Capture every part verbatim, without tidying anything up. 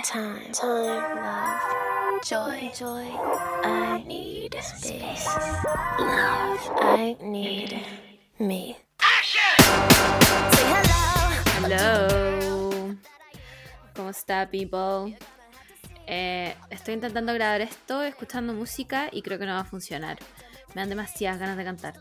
time, time, love, joy, joy. I need space, love. I need me. Say hello. Hello. ¿Cómo está, people? Eh, estoy intentando grabar esto escuchando música y creo que no va a funcionar. Me dan demasiadas ganas de cantar.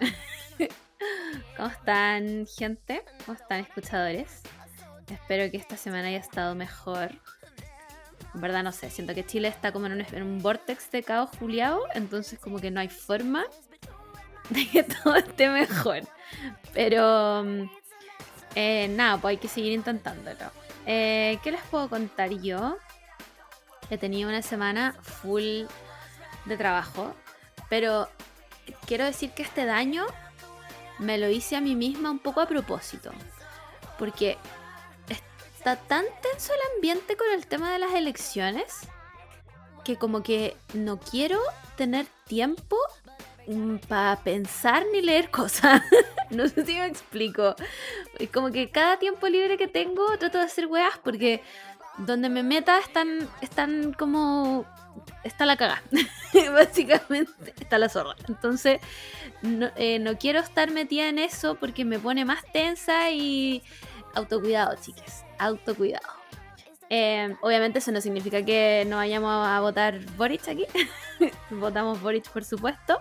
¿Cómo están, gente? ¿Cómo están, escuchadores? Espero que esta semana haya estado mejor. En verdad no sé, siento que Chile está como en un, en un vortex de caos juliado, entonces como que no hay forma de que todo esté mejor. Pero eh, nada, pues hay que seguir intentándolo. Eh, ¿Qué les puedo contar yo? He tenido una semana full de trabajo, pero quiero decir que este daño me lo hice a mí misma un poco a propósito, porque está tan tenso el ambiente con el tema de las elecciones que como que no quiero tener tiempo para pensar ni leer cosas. No sé si me explico. Es como que cada tiempo libre que tengo trato de hacer weas porque donde me meta están, están como... está la cagada. Básicamente está la zorra. Entonces no, eh, no quiero estar metida en eso porque me pone más tensa y... autocuidado, chiques. Autocuidado. Eh, obviamente eso no significa que no vayamos a votar Boric aquí. Votamos Boric, por supuesto.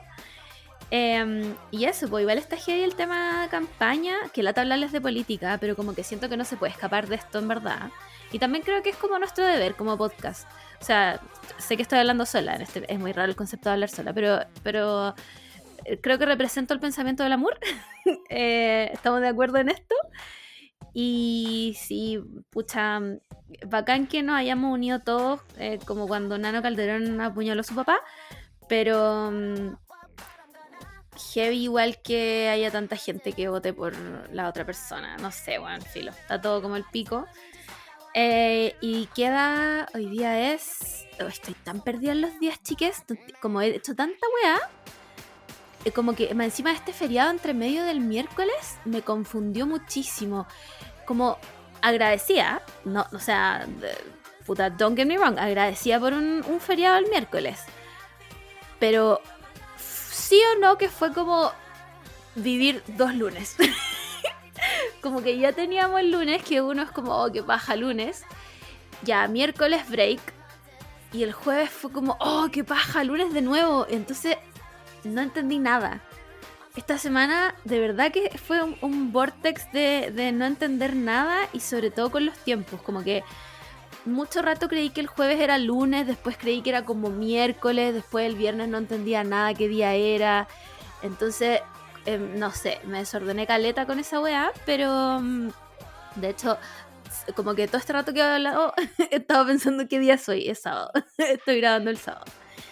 Eh, y eso, pues igual está heavy el tema campaña, que lata hablarles de política, pero como que siento que no se puede escapar de esto en verdad. Y también creo que es como nuestro deber como podcast. O sea, sé que estoy hablando sola, en este, es muy raro el concepto de hablar sola, pero, pero creo que represento el pensamiento del amor. eh, ¿Estamos de acuerdo en esto? Y sí, pucha, bacán que nos hayamos unido todos, eh, como cuando Nano Calderón apuñaló a su papá, pero um, heavy igual que haya tanta gente que vote por la otra persona. No sé, bueno, filo, está todo como el pico. Eh, y queda, hoy día es... Oh, estoy tan perdida en los días, chiques, como he hecho tanta weá. Como que encima de este feriado entre medio del miércoles me confundió muchísimo. Como agradecía, no, o sea, puta, don't get me wrong, agradecía por un, un feriado el miércoles. Pero sí o no que fue como vivir dos lunes. Como que ya teníamos el lunes, que uno es como, oh, que paja lunes. Ya, miércoles break. Y el jueves fue como, oh, que paja lunes de nuevo. Entonces... no entendí nada. Esta semana de verdad que fue un, un vortex de, de no entender nada y sobre todo con los tiempos. Como que mucho rato creí que el jueves era lunes, después creí que era como miércoles, después el viernes no entendía nada qué día era. Entonces, eh, no sé, me desordené caleta con esa weá, pero de hecho, como que todo este rato que he hablado he estado pensando qué día soy, es sábado. Estoy grabando el sábado.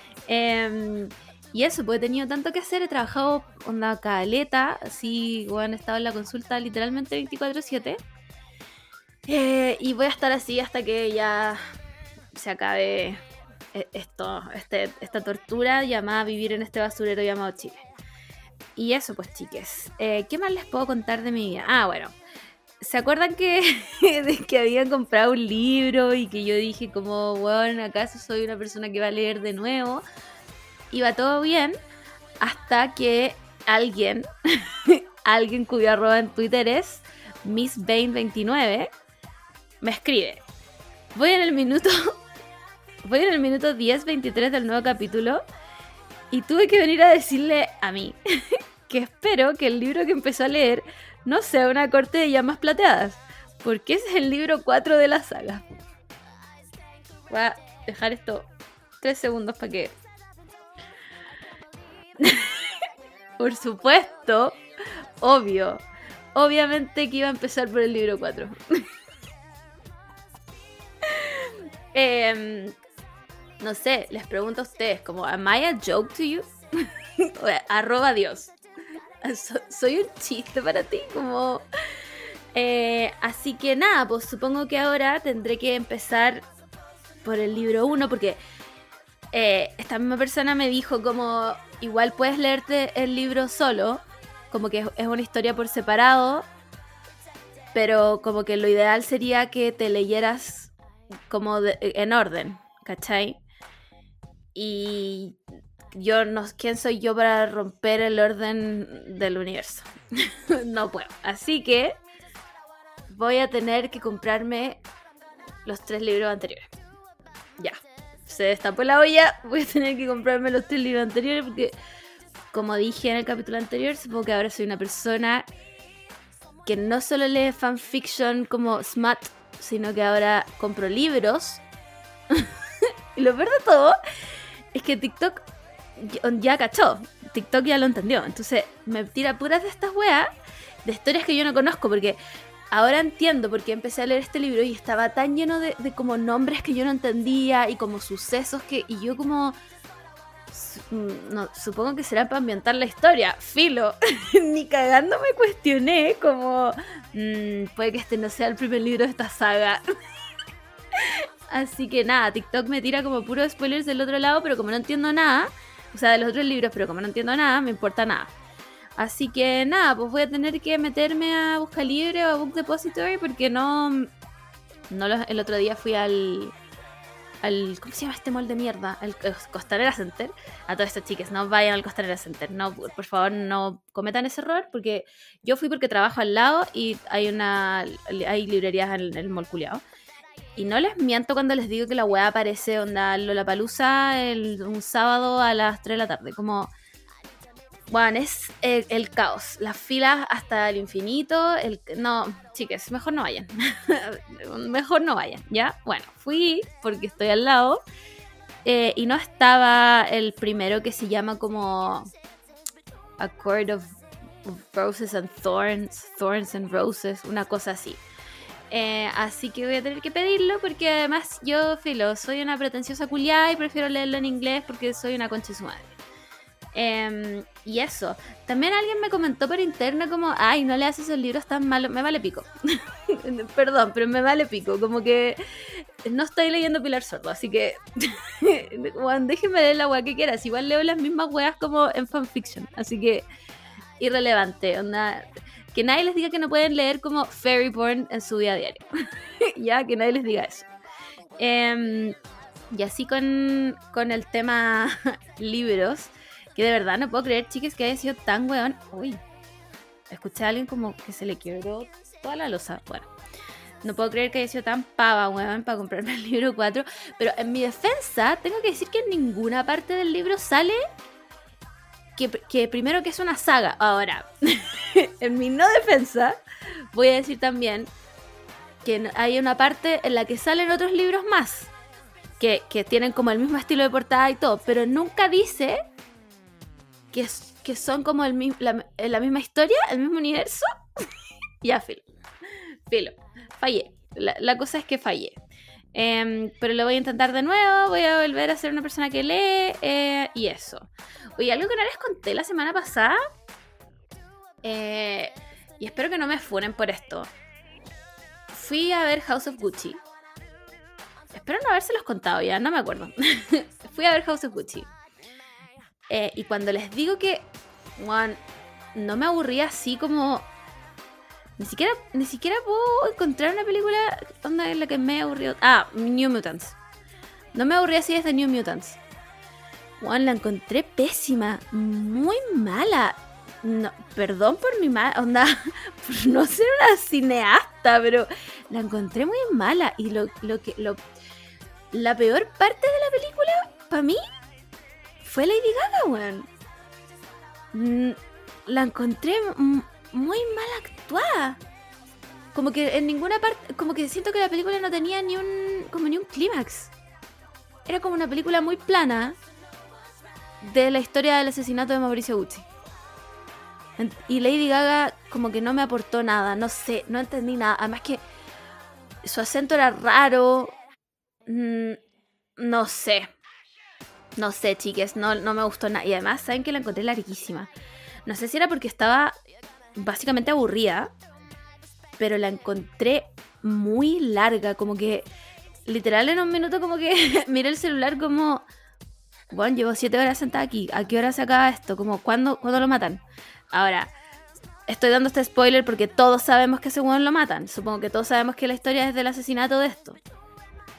Eh, Y eso, pues he tenido tanto que hacer, he trabajado onda caleta, así, bueno, he estado en la consulta literalmente veinticuatro siete. Eh, y voy a estar así hasta que ya se acabe esto, este, esta tortura llamada vivir en este basurero llamado Chile. Y eso, pues, chiques. Eh, ¿Qué más les puedo contar de mi vida? Ah, bueno. ¿Se acuerdan que, de que habían comprado un libro y que yo dije como, bueno, ¿acaso soy una persona que va a leer de nuevo? Iba todo bien hasta que alguien, alguien cuyo arroba en Twitter es Miss Bane veintinueve, me escribe. Voy en el minuto, voy en el minuto diez veintitrés del nuevo capítulo y tuve que venir a decirle a mí que espero que el libro que empezó a leer no sea una corte de llamas plateadas, porque ese es el libro cuatro de la saga. Voy a dejar esto tres segundos para que... Por supuesto, obvio, obviamente que iba a empezar por el libro cuatro. eh, no sé, les pregunto a ustedes, como, ¿am I a joke to you? Arroba Dios. So, ¿soy un chiste para ti? Como, eh, así que nada, pues supongo que ahora tendré que empezar por el libro uno, porque eh, esta misma persona me dijo como... igual puedes leerte el libro solo, como que es una historia por separado, pero como que lo ideal sería que te leyeras como de, en orden, ¿cachai? Y yo no, ¿quién soy yo para romper el orden del universo? No puedo. Así que voy a tener que comprarme los tres libros anteriores. Ya. Se destapó la olla, voy a tener que comprarme los tres libros anteriores porque, como dije en el capítulo anterior, supongo que ahora soy una persona que no solo lee fanfiction como smut, sino que ahora compro libros. Y lo peor de todo es que TikTok ya cachó, TikTok ya lo entendió, entonces me tira puras de estas weas de historias que yo no conozco, porque ahora entiendo por qué empecé a leer este libro y estaba tan lleno de, de como nombres que yo no entendía y como sucesos que, y yo como no, supongo que será para ambientar la historia, filo. Ni cagando me cuestioné como mmm, puede que este no sea el primer libro de esta saga. Así que nada, TikTok me tira como puros spoilers del otro lado, pero como no entiendo nada, o sea, de los otros libros, pero como no entiendo nada, me importa nada. Así que nada, pues voy a tener que meterme a Busca Libre o a Book Depository porque no, no lo, el otro día fui al, al, ¿cómo se llama este mall de mierda? El, el Costanera Center. A todas estas chicas, no vayan al Costanera Center, no, por favor no cometan ese error, porque yo fui porque trabajo al lado y hay una, hay librerías en el mall culiao. Y no les miento cuando les digo que la weá aparece onda Lollapalooza el, un sábado a las tres de la tarde. Como, bueno, es el, el caos. Las filas hasta el infinito. El, no, chicas, mejor no vayan. Mejor no vayan, ¿ya? Bueno, fui porque estoy al lado. Eh, y no estaba el primero que se llama como A Court of Roses and Thorns. Thorns and Roses, una cosa así. Eh, así que voy a tener que pedirlo porque además yo, filo, soy una pretenciosa culiada y prefiero leerlo en inglés porque soy una concha de su madre. Eh, y eso. También alguien me comentó por interno como, ay, no leas esos libros tan malos. Me vale pico. Perdón, pero me vale pico. Como que no estoy leyendo Pilar Sordo, así que bueno, déjenme leer la weá que quieras. Igual leo las mismas weas como en fanfiction. Así que irrelevante, onda. Que nadie les diga que no pueden leer como fairy porn en su vida diario. Ya, que nadie les diga eso. Eh, y así con, con el tema libros, que de verdad no puedo creer, chicas, que haya sido tan weón. Uy, escuché a alguien como que se le quebró toda la losa. Bueno, no puedo creer que haya sido tan pava, weón, para comprarme el libro cuatro. Pero en mi defensa, tengo que decir que en ninguna parte del libro sale Que, que primero que es una saga. Ahora, en mi no defensa, voy a decir también que hay una parte en la que salen otros libros más que, que tienen como el mismo estilo de portada y todo, pero nunca dice que, que son como el, la, la misma historia, el mismo universo. Ya, filo. Filo. Fallé. La, la cosa es que fallé. Eh, pero lo voy a intentar de nuevo. Voy a volver a ser una persona que lee. Eh, y eso. Oye, algo que no les conté la semana pasada. Eh, y espero que no me funen por esto. Fui a ver House of Gucci. Espero no habérselos contado ya, no me acuerdo. Fui a ver House of Gucci. Eh, y cuando les digo que, bueno, no me aburría así como... Ni siquiera, ni siquiera puedo encontrar una película onda en la que me aburrió. Ah, New Mutants. No me aburrí así desde New Mutants. Bueno, la encontré pésima. Muy mala. No, perdón por mi mala onda, por no ser una cineasta, pero la encontré muy mala. Y lo, lo que lo, la peor parte de la película, para mí, fue Lady Gaga, weón. La encontré m- muy mal actuada. Como que en ninguna parte, como que siento que la película no tenía ni un, como ni un clímax. Era como una película muy plana de la historia del asesinato de Mauricio Gucci. Y Lady Gaga como que no me aportó nada, no sé, no entendí nada. Además que su acento era raro. Mm, no sé. No sé, chiques, no, no me gustó nada. Y además, ¿saben que la encontré larguísima? No sé si era porque estaba básicamente aburrida, pero la encontré muy larga. Como que, literal, en un minuto como que miré el celular como... Bueno, llevo siete horas sentada aquí. ¿A qué hora se acaba esto? Como, ¿cuándo, ¿cuándo lo matan? Ahora, estoy dando este spoiler porque todos sabemos que ese weón lo matan. Supongo que todos sabemos que la historia es del asesinato de esto.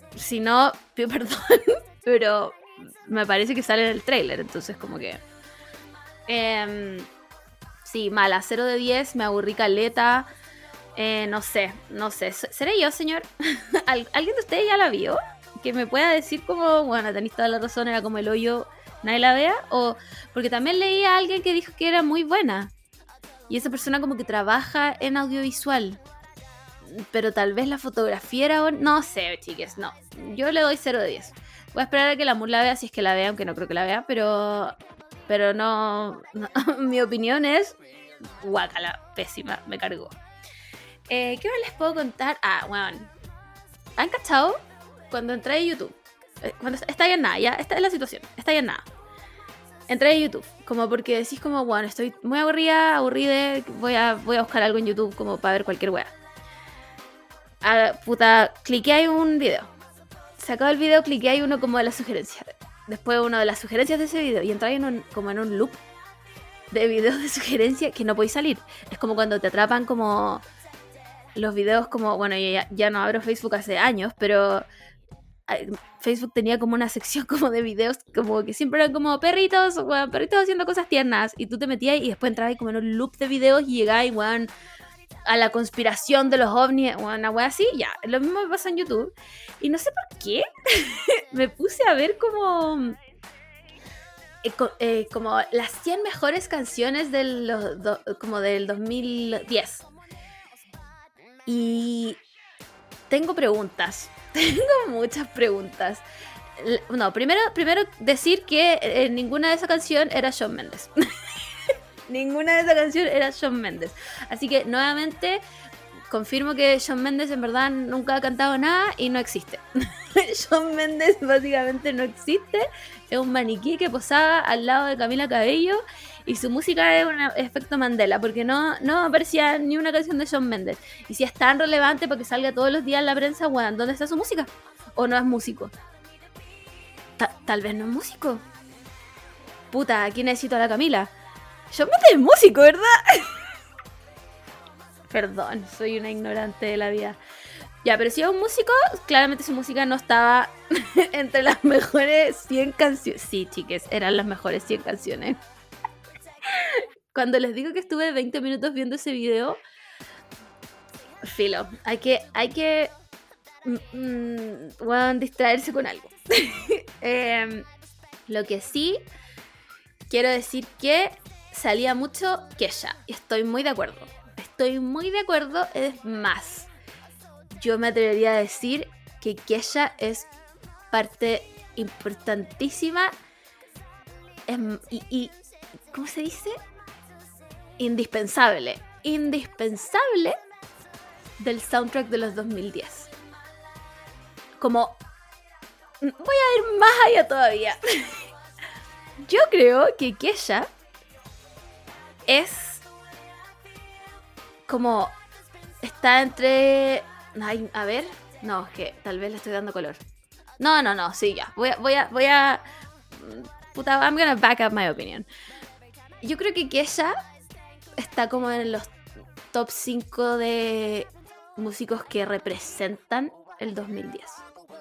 si no, pido perdón, pero me parece que sale en el tráiler, entonces como que... Eh, sí, mala, cero de diez, me aburrí caleta, eh, no sé, no sé, ¿seré yo, señor? ¿Alguien de ustedes ya la vio? Que me pueda decir como, bueno, tenéis toda la razón, era como el hoyo, nadie la vea, o porque también leí a alguien que dijo que era muy buena, y esa persona como que trabaja en audiovisual, pero tal vez la fotografía era, no sé, chiques, no, yo le doy cero de diez. Voy a esperar a que la Mur la vea, si es que la vea, aunque no creo que la vea, pero pero no, no mi opinión es guácala, pésima, me cargó. Eh, ¿Qué más les puedo contar? Ah, bueno, ¿han cachado? Cuando entré a YouTube, eh, cuando está ahí en nada, ya, esta es la situación, está ahí en nada. Entré a YouTube, como porque decís como, bueno, estoy muy aburrida, aburrida, voy a, voy a buscar algo en YouTube como para ver cualquier wea. Ah, puta, cliqué ahí un video. Se acabó el video, cliqué ahí uno como de las sugerencias. Después uno de las sugerencias de ese video. Y entré en un, como en un loop de videos de sugerencia que no podéis salir. Es como cuando te atrapan como los videos como... Bueno, yo ya, ya no abro Facebook hace años, pero Facebook tenía como una sección como de videos como que siempre eran como perritos, bueno, perritos haciendo cosas tiernas. Y tú te metías y después entrabas como en un loop de videos y llegabas, bueno, a la conspiración de los ovnis, una wea así, ya, lo mismo me pasa en YouTube. Y no sé por qué, me puse a ver como eh, co- eh, como las cien mejores canciones del, los, do, como del dos mil diez. Y tengo preguntas, tengo muchas preguntas. L- No, primero, primero decir que eh, ninguna de esas canciones era Shawn Mendes. Ninguna de esas canciones era Shawn Mendes. Así que nuevamente confirmo que Shawn Mendes en verdad nunca ha cantado nada y no existe. Shawn Mendes básicamente no existe. Es un maniquí que posaba al lado de Camila Cabello y su música es un efecto Mandela porque no, no aparecía ni una canción de Shawn Mendes. Y si es tan relevante para que salga todos los días en la prensa, bueno, ¿dónde está su música? ¿O no es músico? Ta- Tal vez no es músico. Puta, aquí necesito a la Camila. Shawn Mendes es músico, ¿verdad? Perdón, soy una ignorante de la vida. Ya, pero si es un músico, claramente su música no estaba entre las mejores cien canciones. Sí, chiques, eran las mejores cien canciones. Cuando les digo que estuve veinte minutos viendo ese video, filo, hay que, hay que mm, bueno, distraerse con algo. eh, lo que sí, quiero decir que salía mucho Kesha, y estoy muy de acuerdo. Estoy muy de acuerdo, es más. Yo me atrevería a decir que Kesha es parte importantísima es, y, y, ¿cómo se dice? Indispensable. Indispensable del soundtrack de los dos mil diez. Como... Voy a ir más allá todavía. Yo creo que Kesha es como... Está entre... Ay, a ver... No, es que tal vez le estoy dando color. No, no, no, sí, ya. Voy a... Voy a, voy a puta, I'm gonna back up my opinion. Yo creo que Kesha está como en los top cinco de músicos que representan el dos mil diez.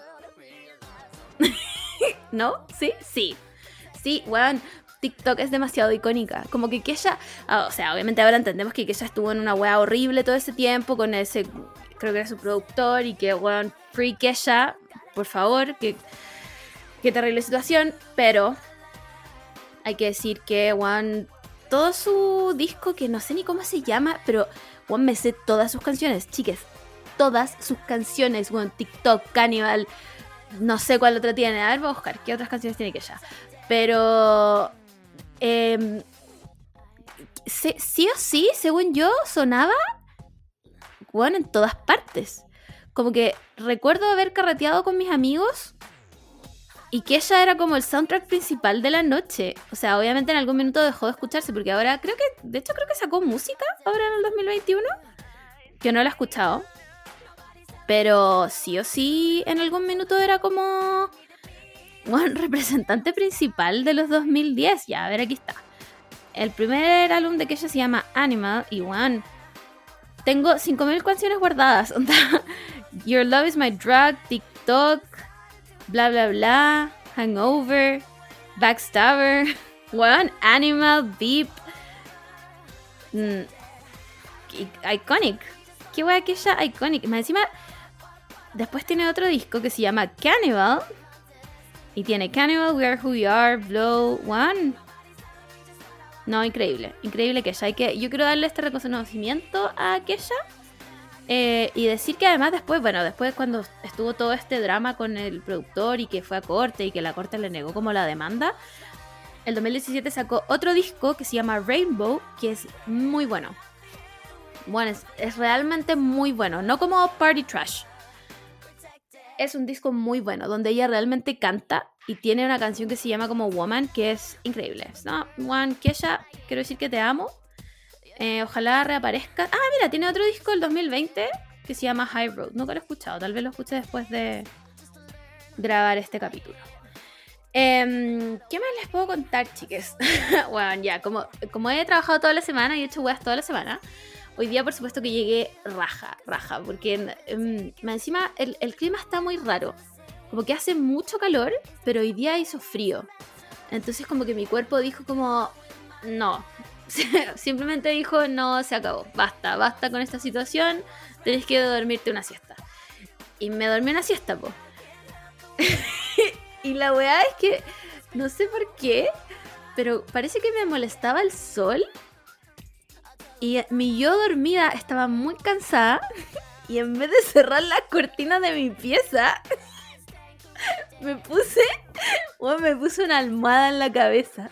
¿No? ¿Sí? Sí. Sí, weón. TikTok es demasiado icónica. Como que Kesha... O sea, obviamente ahora entendemos que Kesha estuvo en una wea horrible todo ese tiempo con ese... Creo que era su productor y que, weón, free Kesha, por favor, que... Qué terrible situación, pero... Hay que decir que, weón... Todo su disco, que no sé ni cómo se llama, pero, weón, me sé todas sus canciones, chiques. Todas sus canciones, weón. TikTok, Cannibal... No sé cuál otra tiene. A ver, voy a buscar qué otras canciones tiene Kesha. Pero... Eh, sí, sí o sí, según yo, sonaba bueno en todas partes. Como que recuerdo haber carreteado con mis amigos y que ella era como el soundtrack principal de la noche. O sea, obviamente en algún minuto dejó de escucharse porque ahora creo que, de hecho creo que sacó música ahora en el dos mil veintiuno, que no la he escuchado, pero sí o sí en algún minuto era como... Bueno, representante principal de los dos mil diez. Ya, a ver, aquí está. El primer álbum de Kesha se llama Animal. Y bueno, tengo cinco mil canciones guardadas. Your Love is My Drug, Talk, bla bla bla, Hangover, Backstabber, One Animal, Beep, mm, Iconic. Qué wea que ella Iconic. Más encima, después tiene otro disco que se llama Cannibal. Y tiene Cannibal, We Are Who We Are, Blow, One. No, increíble. Increíble Kesha. Hay que, yo quiero darle este reconocimiento a Kesha. Eh, y decir que además después, bueno, después cuando estuvo todo este drama con el productor y que fue a corte y que la corte le negó como la demanda, el dos mil diecisiete sacó otro disco que se llama Rainbow, que es muy bueno. Bueno, es, es realmente muy bueno. No como Party Trash. Es un disco muy bueno, donde ella realmente canta y tiene una canción que se llama como Woman, que es increíble. ¿No? One, Kesha, quiero decir que te amo. Eh, ojalá reaparezca. Ah, mira, tiene otro disco del dos mil veinte que se llama High Road. Nunca lo he escuchado, tal vez lo escuché después de grabar este capítulo. Eh, ¿Qué más les puedo contar, chiques? Bueno, ya, como, como he trabajado toda la semana y he hecho weas toda la semana, hoy día, por supuesto, que llegué raja, raja, porque um, encima el, el clima está muy raro. Como que hace mucho calor, pero hoy día hizo frío. Entonces como que mi cuerpo dijo como, no. Simplemente dijo, no, se acabó. Basta, basta con esta situación. Tenés que dormirte una siesta. Y me dormí una siesta, po. Y la weá es que, no sé por qué, pero parece que me molestaba el sol. Y mi yo dormida estaba muy cansada. Y en vez de cerrar las cortinas de mi pieza, me puse, bueno, me puse una almohada en la cabeza.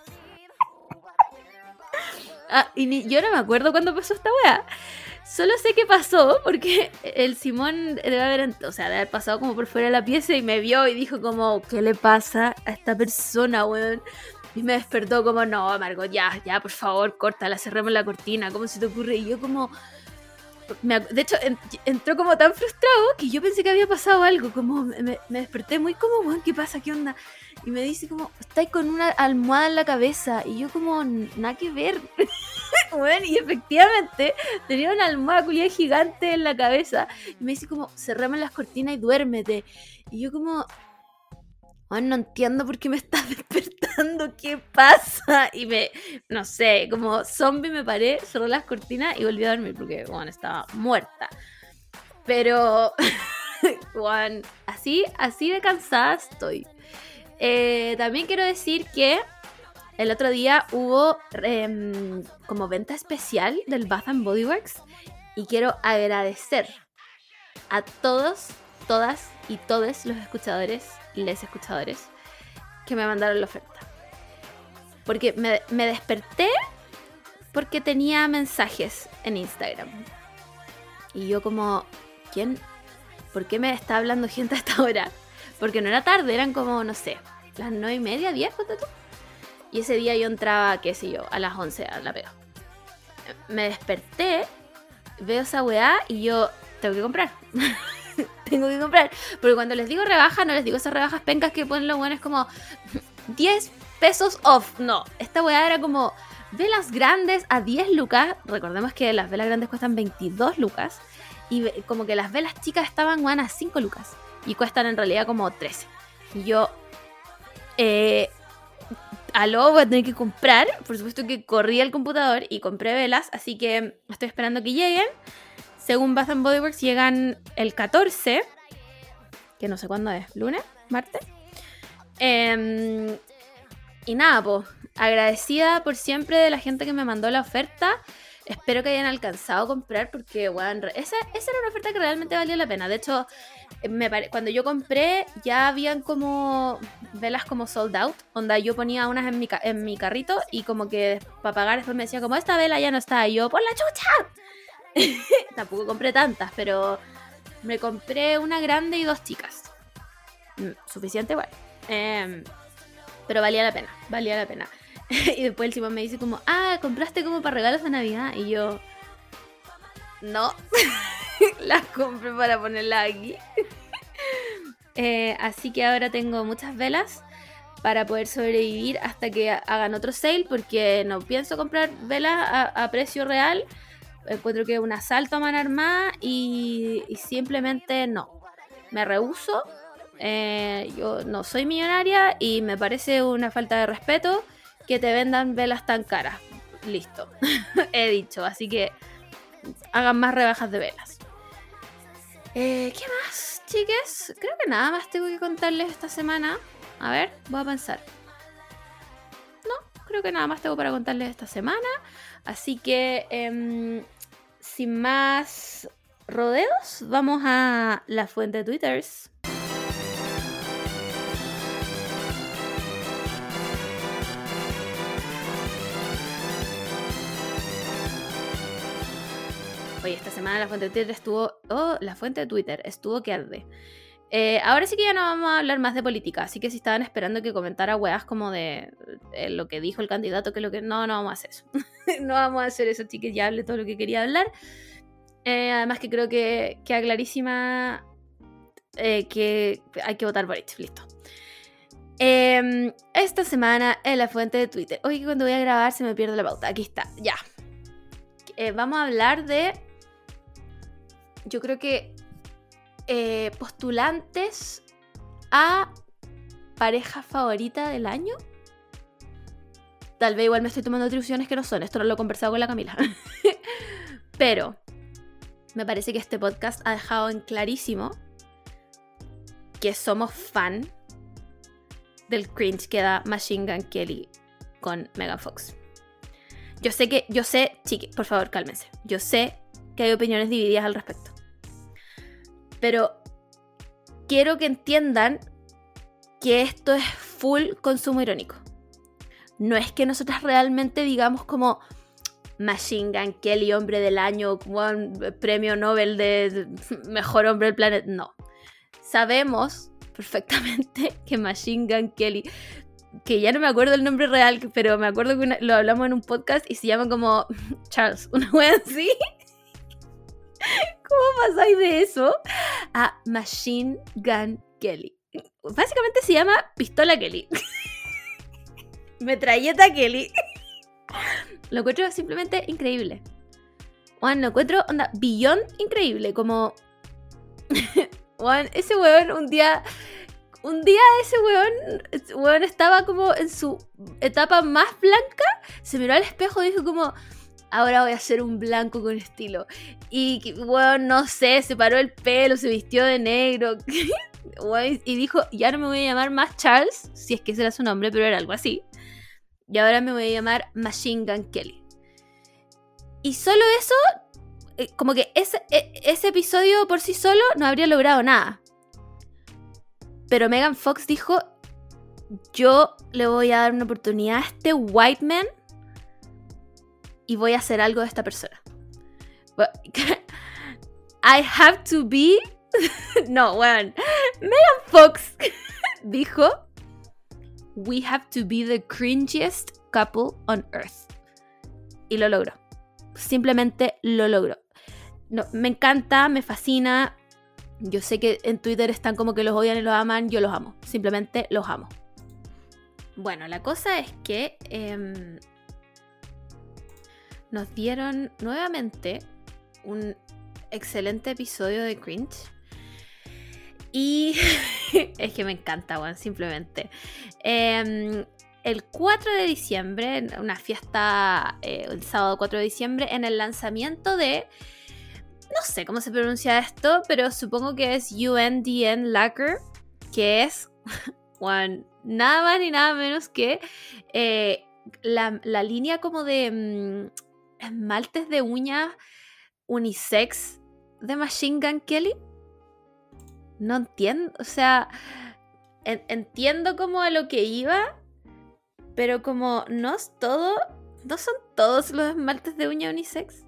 Ah, y ni, yo no me acuerdo cuándo pasó esta weá. Solo sé que pasó porque el Simón debe haber, o sea, debe haber pasado como por fuera de la pieza y me vio y dijo como, ¿qué le pasa a esta persona, weón? Y me despertó como, no, Margot, ya, ya, por favor, córtala, cerremos la cortina, ¿cómo se te ocurre? Y yo como, me, de hecho, en, entró como tan frustrado que yo pensé que había pasado algo, como me, me desperté muy como, weón, ¿qué pasa? ¿Qué onda? Y me dice como, estáis con una almohada en la cabeza. Y yo como, nada que ver. Bueno, y efectivamente tenía una almohada culiada gigante en la cabeza. Y me dice como, cerrame las cortinas y duérmete. Y yo como, oh, no entiendo por qué me estás despertando, ¿qué pasa? Y me, no sé, como zombie me paré, cerré las cortinas y volví a dormir porque, bueno, estaba muerta. Pero, bueno, así, así de cansada estoy. Eh, también quiero decir que el otro día hubo eh, como venta especial del Bath and Body Works y quiero agradecer a todos, todas y todos los escuchadores y les escuchadores que me mandaron la oferta. Porque me, me desperté porque tenía mensajes en Instagram. Y yo como, ¿quién? ¿Por qué me está hablando gente a esta hora? Porque no era tarde, eran como, no sé, las nueve y media, diez, ¿cuánto tú? Y ese día yo entraba, qué sé yo, a las once a la pega. Me desperté, veo esa weá y yo tengo que comprar. Tengo que comprar. Porque cuando les digo rebaja, no les digo esas rebajas pencas que ponen los buenos como diez pesos off. No, esta weá era como velas grandes a diez lucas. Recordemos que las velas grandes cuestan veintidós lucas. Y como que las velas chicas estaban weá a cinco lucas. Y cuestan en realidad como trece. Y yo, eh, aló, voy a tener que comprar. Por supuesto que corrí al computador y compré velas. Así que estoy esperando que lleguen. Según Bath and Body Works llegan el catorce. Que no sé cuándo es, ¿lunes? ¿Martes? Eh, y nada, pues, agradecida por siempre de la gente que me mandó la oferta. Espero que hayan alcanzado a comprar porque, bueno, esa, esa era una oferta que realmente valía la pena. De hecho, me pare... cuando yo compré ya habían como velas como sold out. Onda, yo ponía unas en mi, ca... en mi carrito y como que para pagar después me decía como, esta vela ya no está. Y yo, ¡por la chucha! Tampoco compré tantas, pero me compré una grande y dos chicas. Suficiente, bueno. Eh, pero valía la pena, valía la pena. Y después el Simón me dice como, ah, compraste como para regalos de Navidad. Y yo, no, las compré para ponerlas aquí. eh, Así que ahora tengo muchas velas para poder sobrevivir hasta que hagan otro sale, porque no pienso comprar velas a, a precio real. Encuentro que es un asalto a mano armada y, y simplemente no. me rehúso. Eh, yo no soy millonaria y me parece una falta de respeto que te vendan velas tan caras. Listo, he dicho, así que hagan más rebajas de velas. Eh, ¿Qué más, chiques? Creo que nada más tengo que contarles esta semana. A ver, voy a pensar. No, creo que nada más tengo para contarles esta semana. Así que, eh, sin más rodeos, vamos a la fuente de Twitters. Oye, esta semana la fuente de Twitter estuvo... Oh, la fuente de Twitter estuvo que arde. Eh, ahora sí que ya no vamos a hablar más de política, así que si estaban esperando que comentara weas como de eh, lo que dijo el candidato, que lo que... No, no vamos a hacer eso. No vamos a hacer eso, chiques, ya hablé todo lo que quería hablar. Eh, además que creo que queda clarísima eh, que hay que votar por esto. Listo. Eh, esta semana en la fuente de Twitter. Oye, cuando voy a grabar se me pierde la pauta. Aquí está, ya. Eh, vamos a hablar de... Yo creo que eh, postulantes a pareja favorita del año. Tal vez igual me estoy tomando atribuciones que no son. Esto no lo he conversado con la Camila. Pero me parece que este podcast ha dejado en clarísimo que somos fan del cringe que da Machine Gun Kelly con Megan Fox. Yo sé que, yo sé, chiqui, por favor, cálmense. Yo sé que hay opiniones divididas al respecto. Pero quiero que entiendan que esto es full consumo irónico. No es que nosotras realmente digamos como Machine Gun Kelly, hombre del año, one, premio Nobel de mejor hombre del planeta. No. Sabemos perfectamente que Machine Gun Kelly, que ya no me acuerdo el nombre real, pero me acuerdo que una, lo hablamos en un podcast y se llama como Charles, una wea así. ¿Cómo pasáis de eso a Machine Gun Kelly? Básicamente se llama Pistola Kelly. Metralleta Kelly. Lo encuentro simplemente increíble. Juan, lo encuentro, onda, beyond increíble. Como... Juan, ese weón un día... Un día ese weón, weón estaba como en su etapa más blanca. Se miró al espejo y dijo como... Ahora voy a hacer un blanco con estilo. Y, weón, no sé, se paró el pelo, se vistió de negro. Weón, y dijo, ya no me voy a llamar más Charles, si es que ese era su nombre, pero era algo así. Y ahora me voy a llamar Machine Gun Kelly. Y solo eso, eh, como que ese, eh, ese episodio por sí solo no habría logrado nada. Pero Megan Fox dijo, yo le voy a dar una oportunidad a este white man y voy a hacer algo de esta persona. I have to be... No, weón. Megan Fox dijo, we have to be the cringiest couple on earth. Y lo logró. Simplemente lo logró. No, me encanta, me fascina. Yo sé que en Twitter están como que los odian y los aman. Yo los amo. Simplemente los amo. Bueno, la cosa es que eh, nos dieron nuevamente un excelente episodio de Cringe. Y es que me encanta, bueno, simplemente. Eh, el cuatro de diciembre, una fiesta, eh, el sábado cuatro de diciembre, en el lanzamiento de... No sé cómo se pronuncia esto, pero supongo que es U N D N Lacquer, que es bueno, nada más ni nada menos que eh, la, la línea como de mm, esmaltes de uñas unisex de Machine Gun Kelly. No entiendo, o sea, en, entiendo como a lo que iba, pero como no es todo, no son todos los esmaltes de uña unisex.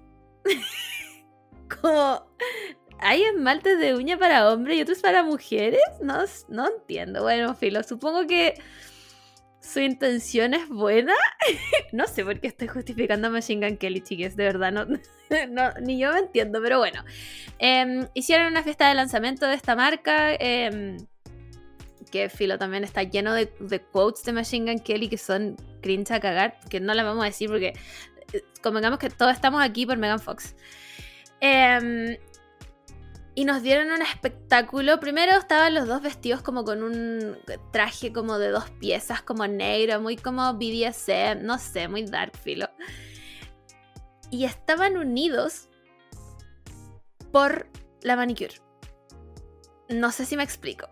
Como, ¿hay esmaltes de uña para hombres y otros para mujeres? No, no entiendo. Bueno, filo, supongo que su intención es buena. No sé por qué estoy justificando a Machine Gun Kelly, chiques, de verdad, no, no, ni yo me entiendo, pero bueno. Eh, hicieron una fiesta de lanzamiento de esta marca, eh, que filo también está lleno de, de quotes de Machine Gun Kelly que son cringe a cagar, que no las vamos a decir porque convengamos que todos estamos aquí por Megan Fox. Eh, Y nos dieron un espectáculo. Primero estaban los dos vestidos como con un traje como de dos piezas, como negro, muy como B D S M, no sé, muy dark filo. Y estaban unidos por la manicure. No sé si me explico.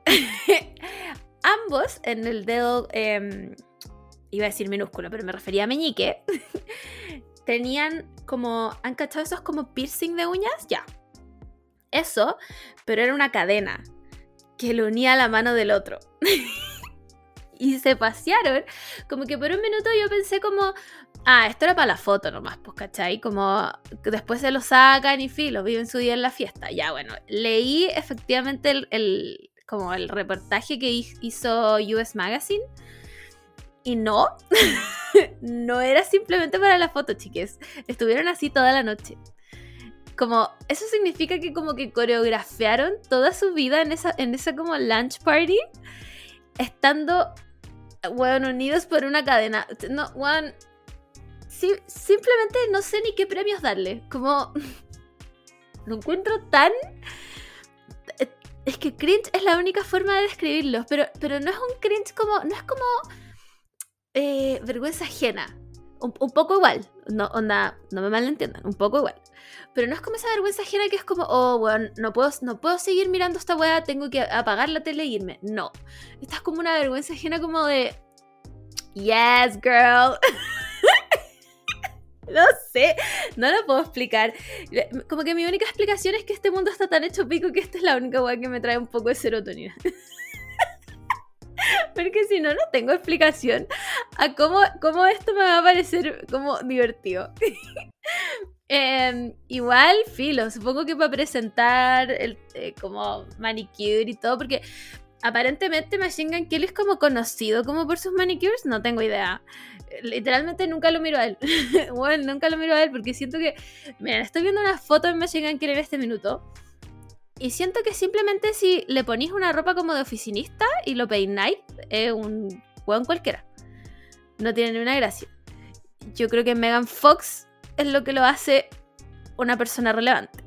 Ambos en el dedo, eh, iba a decir minúsculo, pero me refería a meñique, tenían como, ¿han cachado esos como piercing de uñas? Ya. Eso, pero era una cadena que lo unía a la mano del otro. Y se pasearon. Como que por un minuto yo pensé como, ah, esto era para la foto nomás, pues, ¿cachai? Como después se lo sacan y filo, viven su día en la fiesta. Ya, bueno, leí efectivamente el, el, como el reportaje que hizo U S Magazine. Y no, no era simplemente para la foto, chiques. Estuvieron así toda la noche. Como, eso significa que como que coreografiaron toda su vida en esa, en esa como lunch party, estando, bueno, unidos por una cadena. No, bueno, sí, simplemente no sé ni qué premios darle. Como, lo encuentro tan... Es que cringe es la única forma de describirlos, pero, pero no es un cringe como, no es como eh, vergüenza ajena. Un, un poco igual, no, onda, no me malentiendan, un poco igual. Pero no es como esa vergüenza ajena que es como, oh, bueno, no puedo, no puedo seguir mirando esta weá, tengo que apagar la tele e irme. No, esta es como una vergüenza ajena como de, yes, girl. No sé, no lo puedo explicar. Como que mi única explicación es que este mundo está tan hecho pico que esta es la única weá que me trae un poco de serotonina. Porque si no, no tengo explicación a cómo, cómo esto me va a parecer como divertido. eh, igual, filo, supongo que para presentar el, eh, como manicure y todo, porque aparentemente Machine Gun Kelly es como conocido como por sus manicures, no tengo idea. Literalmente nunca lo miro a él. Bueno, nunca lo miro a él porque siento que... Miren, estoy viendo una foto de Machine Gun Kelly en este minuto. Y siento que simplemente si le ponís una ropa como de oficinista y lo peináis, es un hueón cualquiera. No tiene ni una gracia. Yo creo que Megan Fox es lo que lo hace una persona relevante.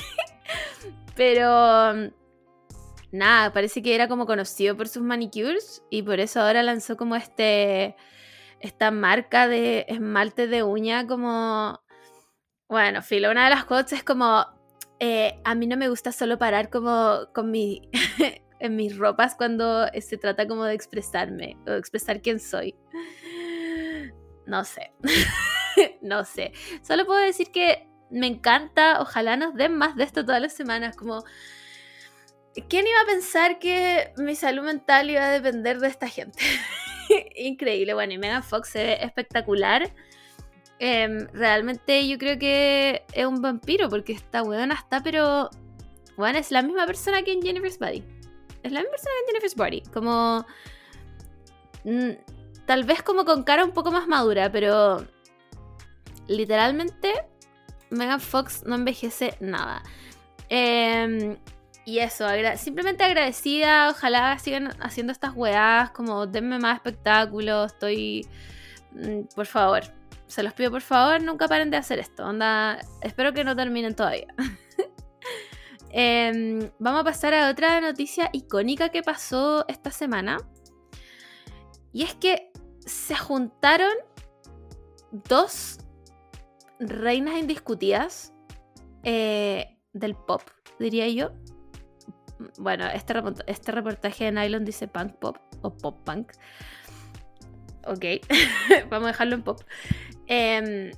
Pero... nada, parece que era como conocido por sus manicures y por eso ahora lanzó como este... esta marca de esmalte de uña como... Bueno, filo, una de las cosas es como... Eh, a mí no me gusta solo parar como con mi... en mis ropas cuando se trata como de expresarme o de expresar quién soy. No sé. No sé. Solo puedo decir que me encanta, ojalá nos den más de esto todas las semanas, como... ¿Quién iba a pensar que mi salud mental iba a depender de esta gente? Increíble. Bueno, y Megan Fox se ve espectacular. Eh, realmente yo creo que es un vampiro porque esta weona está, pero bueno, es la misma persona que en Jennifer's Body. Es la misma persona que en Jennifer's Body. Como mm, tal vez como con cara un poco más madura, pero literalmente Megan Fox no envejece nada. Eh, y eso, agra- simplemente agradecida. Ojalá sigan haciendo estas weas, como denme más espectáculos. Estoy mm, por favor, se los pido por favor, nunca paren de hacer esto. Onda, espero que no terminen todavía. eh, vamos a pasar a otra noticia icónica que pasó esta semana. Y es que se juntaron dos reinas indiscutidas eh, del pop, diría yo. Bueno, este, report- este reportaje de Nylon dice punk pop o pop punk. Ok, vamos a dejarlo en pop. Eh,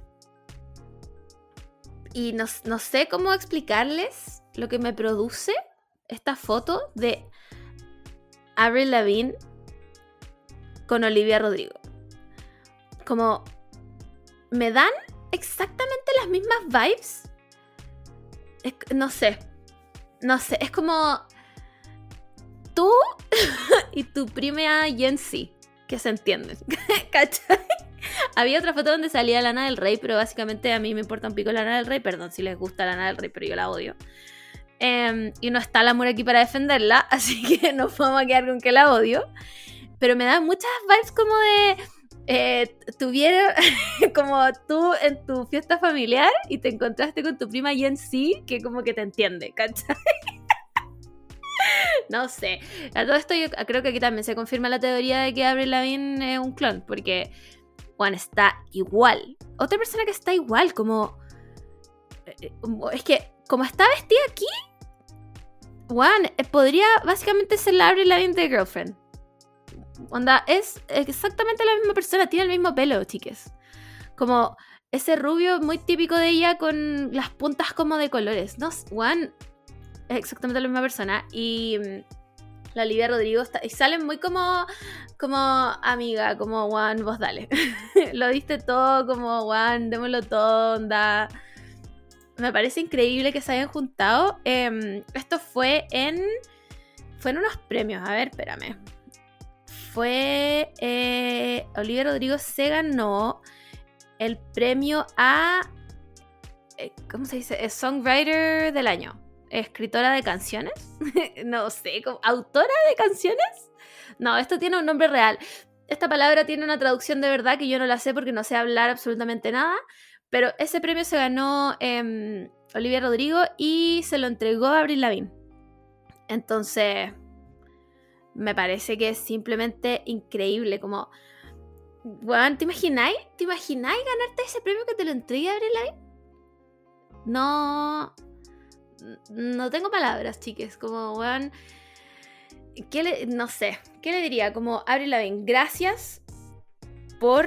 y no, no sé cómo explicarles lo que me produce esta foto de Avril Lavigne con Olivia Rodrigo. Como me dan exactamente las mismas vibes. Es, no sé, no sé, es como tú y tu prima Gen Z, que se entienden. ¿Cachai? Había otra foto donde salía Lana del Rey, pero básicamente a mí me importa un pico Lana del Rey. Perdón si les gusta Lana del Rey, pero yo la odio. Eh, y no está el amor aquí para defenderla, así que nos vamos a quedar con que la odio. Pero me da muchas vibes como de... Eh, tuvieron como tú en tu fiesta familiar y te encontraste con tu prima Gen Z, que como que te entiende, ¿cachai? No sé. A todo esto yo creo que aquí también se confirma la teoría de que Avril Lavigne es un clon, porque Juan está igual. Otra persona que está igual, como... Es que, como está vestida aquí, Juan podría básicamente ser la Avril Lavigne de Girlfriend. Onda, es exactamente la misma persona, tiene el mismo pelo, chiques. Como ese rubio muy típico de ella con las puntas como de colores. No, Juan es exactamente la misma persona. Y la Olivia Rodrigo está, y salen muy como, como amiga, como Juan, vos dale. Lo diste todo, como Juan, démoslo todo, onda. Me parece increíble que se hayan juntado. Eh, esto fue en... Fue en unos premios. A ver, espérame. Fue... Eh, Olivia Rodrigo se ganó el premio a... Eh, ¿Cómo se dice? Es Songwriter del año. Escritora de canciones. No sé, ¿cómo? ¿Autora de canciones? No, esto tiene un nombre real. Esta palabra tiene una traducción de verdad que yo no la sé porque no sé hablar absolutamente nada. Pero ese premio se ganó eh, Olivia Rodrigo y se lo entregó a Avril Lavigne. Entonces, me parece que es simplemente increíble. Como, weón, ¿te imagináis? ¿Te imagináis ganarte ese premio que te lo entregue a Avril Lavigne? No, no tengo palabras, chiques. Como, weón, ¿qué le, no sé, ¿qué le diría? Como, Avril Lavigne, gracias por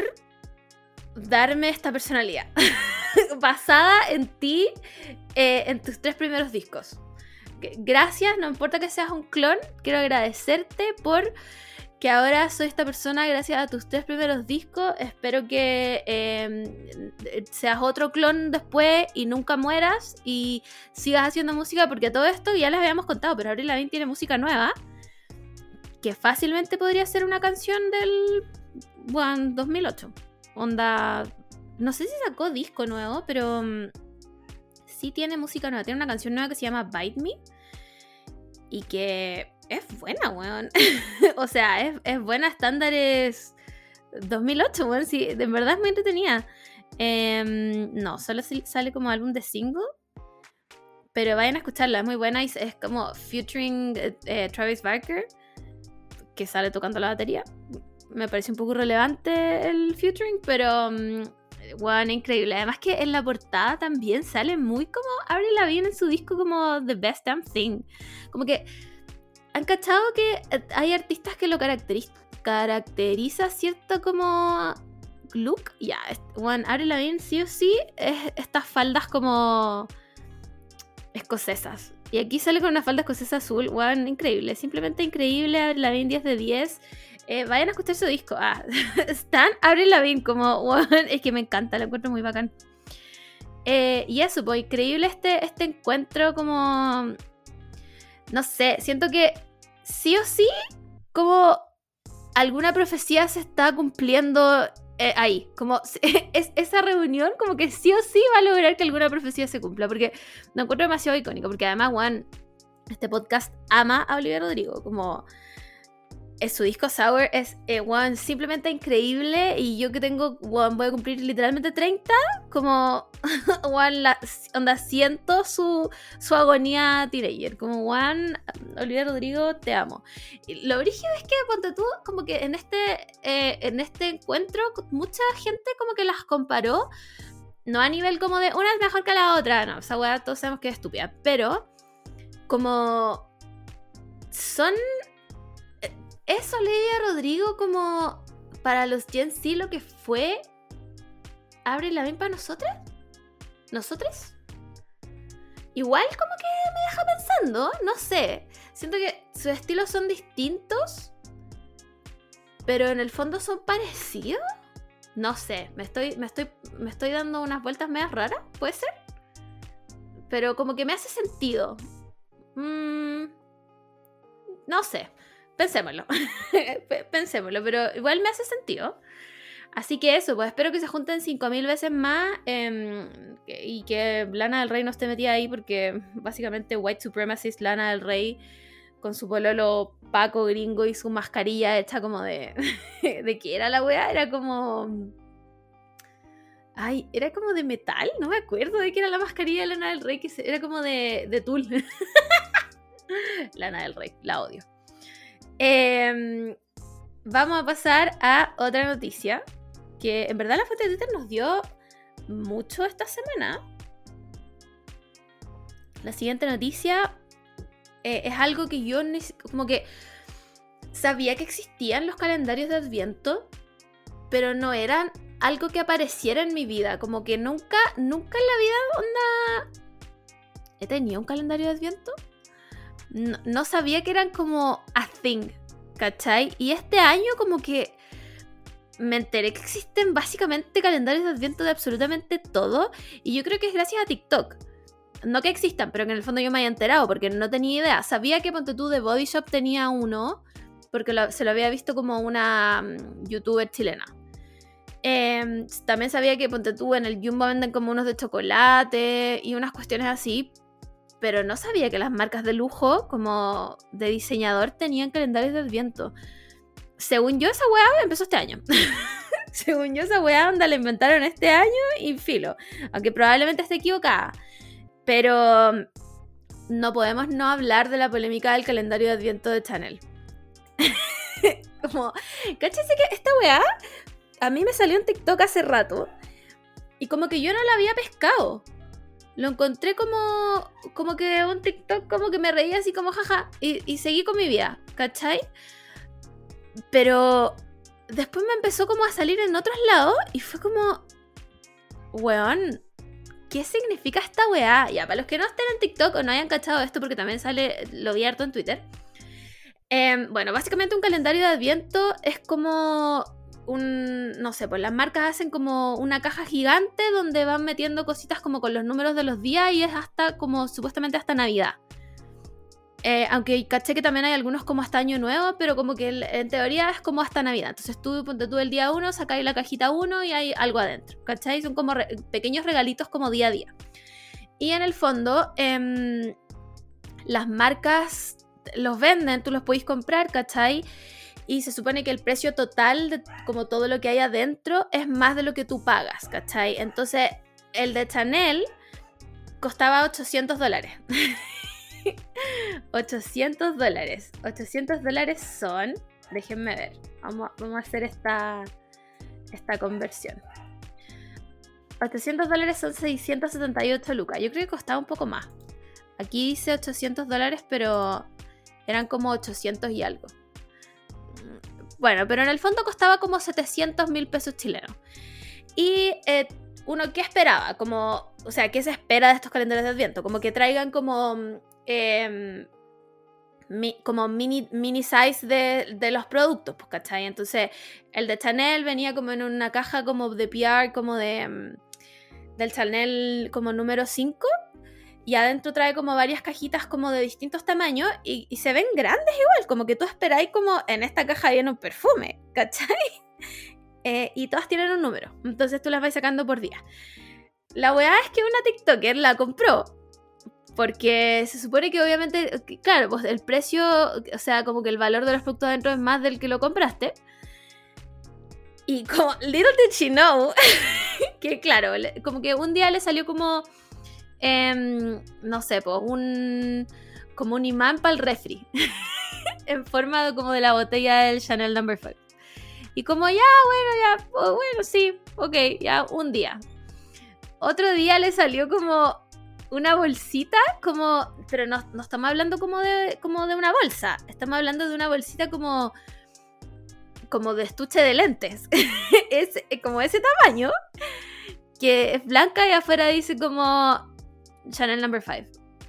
darme esta personalidad basada en ti, eh, en tus tres primeros discos. Gracias, no importa que seas un clon, quiero agradecerte por que ahora soy esta persona gracias a tus tres primeros discos. Espero que eh, seas otro clon después y nunca mueras y sigas haciendo música, porque todo esto ya les habíamos contado, pero Avril Lavigne tiene música nueva que fácilmente podría ser una canción del bueno, dos mil ocho. Onda, no sé si sacó disco nuevo, pero um, sí tiene música nueva. Tiene una canción nueva que se llama Bite Me y que es buena, weón. O sea, es, es buena, estándares dos mil ocho, weón. Sí, de verdad es muy entretenida. Eh, no, solo sale como álbum de single, pero vayan a escucharla, es muy buena y es como featuring eh, Travis Barker, que sale tocando la batería. Me parece un poco irrelevante el featuring, pero um, bueno, increíble. Además que en la portada también sale muy como Avril Lavigne en su disco como The Best Damn Thing. Como que han cachado que hay artistas que lo caracteriza, caracteriza cierto como look. Ya, yeah, bueno, Avril Lavigne sí o sí es estas faldas como escocesas. Y aquí sale con una falda escocesa azul. Bueno, increíble, simplemente increíble. Avril Lavigne diez de diez. Eh, vayan a escuchar su disco. Ah, Stan Avril Lavigne, como, wow, es que me encanta, lo encuentro muy bacán. Eh, y eso, pues, increíble este, este encuentro, como, no sé, siento que sí o sí, como alguna profecía se está cumpliendo eh, ahí. Como es, esa reunión, como que sí o sí va a lograr que alguna profecía se cumpla, porque lo encuentro demasiado icónico, porque además, Juan, este podcast ama a Olivia Rodrigo, como... Es, su disco Sour es eh, one, simplemente increíble. Y yo que tengo, one, voy a cumplir literalmente treinta, como one, la, onda, siento su, su agonía teenager. Como one, Olivia Rodrigo, te amo. Y lo brígido es que, ponte tú, como que en este, eh, en este encuentro mucha gente como que las comparó, no a nivel como de una es mejor que la otra, no, esa weá todos sabemos que es estúpida, pero como son... ¿Es Olivia Rodrigo como para los Gen Z lo que fue Avril Lavigne para nosotras? ¿Nosotros? Igual como que me deja pensando, no sé. Siento que sus estilos son distintos, pero en el fondo son parecidos. No sé, me estoy, me estoy, me estoy dando unas vueltas medias raras, ¿puede ser? Pero como que me hace sentido. Mm, no sé. Pensémoslo, pensémoslo, pero igual me hace sentido. Así que eso, pues espero que se junten cinco mil veces más eh, y que Lana del Rey no esté metida ahí, porque básicamente white supremacist Lana del Rey con su pololo Paco gringo y su mascarilla hecha como de... ¿De qué era la wea? Era como... Ay, era como de metal, no me acuerdo de qué era la mascarilla de Lana del Rey, que era como de, de tul. Lana del Rey, la odio. Eh, vamos a pasar a otra noticia, que en verdad la fuente de Twitter nos dio mucho esta semana. La siguiente noticia eh, es algo que yo como que sabía que existían los calendarios de Adviento, pero no eran algo que apareciera en mi vida. Como que nunca, nunca en la vida onda... ¿He tenido un calendario de Adviento? No, no sabía que eran como a thing, ¿cachai? Y este año como que me enteré que existen básicamente calendarios de Adviento de absolutamente todo. Y yo creo que es gracias a TikTok. No que existan, pero que en el fondo yo me haya enterado porque no tenía idea. Sabía que Ponte Tú de Body Shop tenía uno, porque lo, se lo había visto como una um, youtuber chilena. Eh, también sabía que Ponte Tú en el Jumbo venden como unos de chocolate y unas cuestiones así, pero no sabía que las marcas de lujo como de diseñador tenían calendarios de Adviento. Según yo, esa weá empezó este año. Según yo, esa weá onda la inventaron este año y filo, aunque probablemente esté equivocada. Pero no podemos no hablar de la polémica del calendario de Adviento de Chanel. Como, cáchese que esta weá a mí me salió en TikTok hace rato y como que yo no la había pescado. Lo encontré como como que un TikTok como que me reía así como jaja y, y seguí con mi vida, ¿cachai? Pero después me empezó como a salir en otros lados y fue como, weón, ¿qué significa esta weá? Ya, para los que no estén en TikTok o no hayan cachado esto, porque también sale, lo vi harto en Twitter. Eh, bueno, básicamente un calendario de Adviento es como un, no sé, pues las marcas hacen como una caja gigante donde van metiendo cositas como con los números de los días y es hasta como supuestamente hasta Navidad. Eh, aunque caché que también hay algunos como hasta Año Nuevo, pero como que en teoría es como hasta Navidad. Entonces tú, ponte tú el día uno, sacáis la cajita uno y hay algo adentro, ¿cachai? Son como re- pequeños regalitos como día a día. Y en el fondo, eh, las marcas los venden, tú los podéis comprar, ¿cachai? Y se supone que el precio total de como todo lo que hay adentro es más de lo que tú pagas, ¿cachai? Entonces, el de Chanel costaba ochocientos dólares. ochocientos dólares. ochocientos dólares son... Déjenme ver. Vamos, vamos a hacer esta, esta conversión. ochocientos dólares son seiscientos setenta y ocho lucas. Yo creo que costaba un poco más. Aquí dice ochocientos dólares, pero eran como ochocientos y algo. Bueno, pero en el fondo costaba como setecientos mil pesos chilenos. Y eh, uno, ¿qué esperaba? Como, o sea, ¿qué se espera de estos calendarios de Adviento? Como que traigan como... Eh, mi, como mini, mini size de, de los productos, pues, ¿cachai? Entonces, el de Chanel venía como en una caja como de P R, como de... del Chanel como número cinco. Y adentro trae como varias cajitas como de distintos tamaños y, y se ven grandes igual, como que tú esperáis como en esta caja viene un perfume, ¿cachai? Eh, y todas tienen un número, entonces tú las vas sacando por día. La weá es que una TikToker la compró, porque se supone que obviamente, claro, pues el precio, o sea, como que el valor de los productos adentro es más del que lo compraste. Y como, little did she know, que claro, como que un día le salió como... Eh, no sé, pues un como un imán para el refri en forma de, como de la botella del Chanel number five. Y como ya, bueno, ya, oh, bueno, sí, ok, ya un día. Otro día le salió como una bolsita, como, pero no, no estamos hablando como de, como de una bolsa, estamos hablando de una bolsita como como de estuche de lentes. Es como ese tamaño, que es blanca y afuera dice como Chanel number five.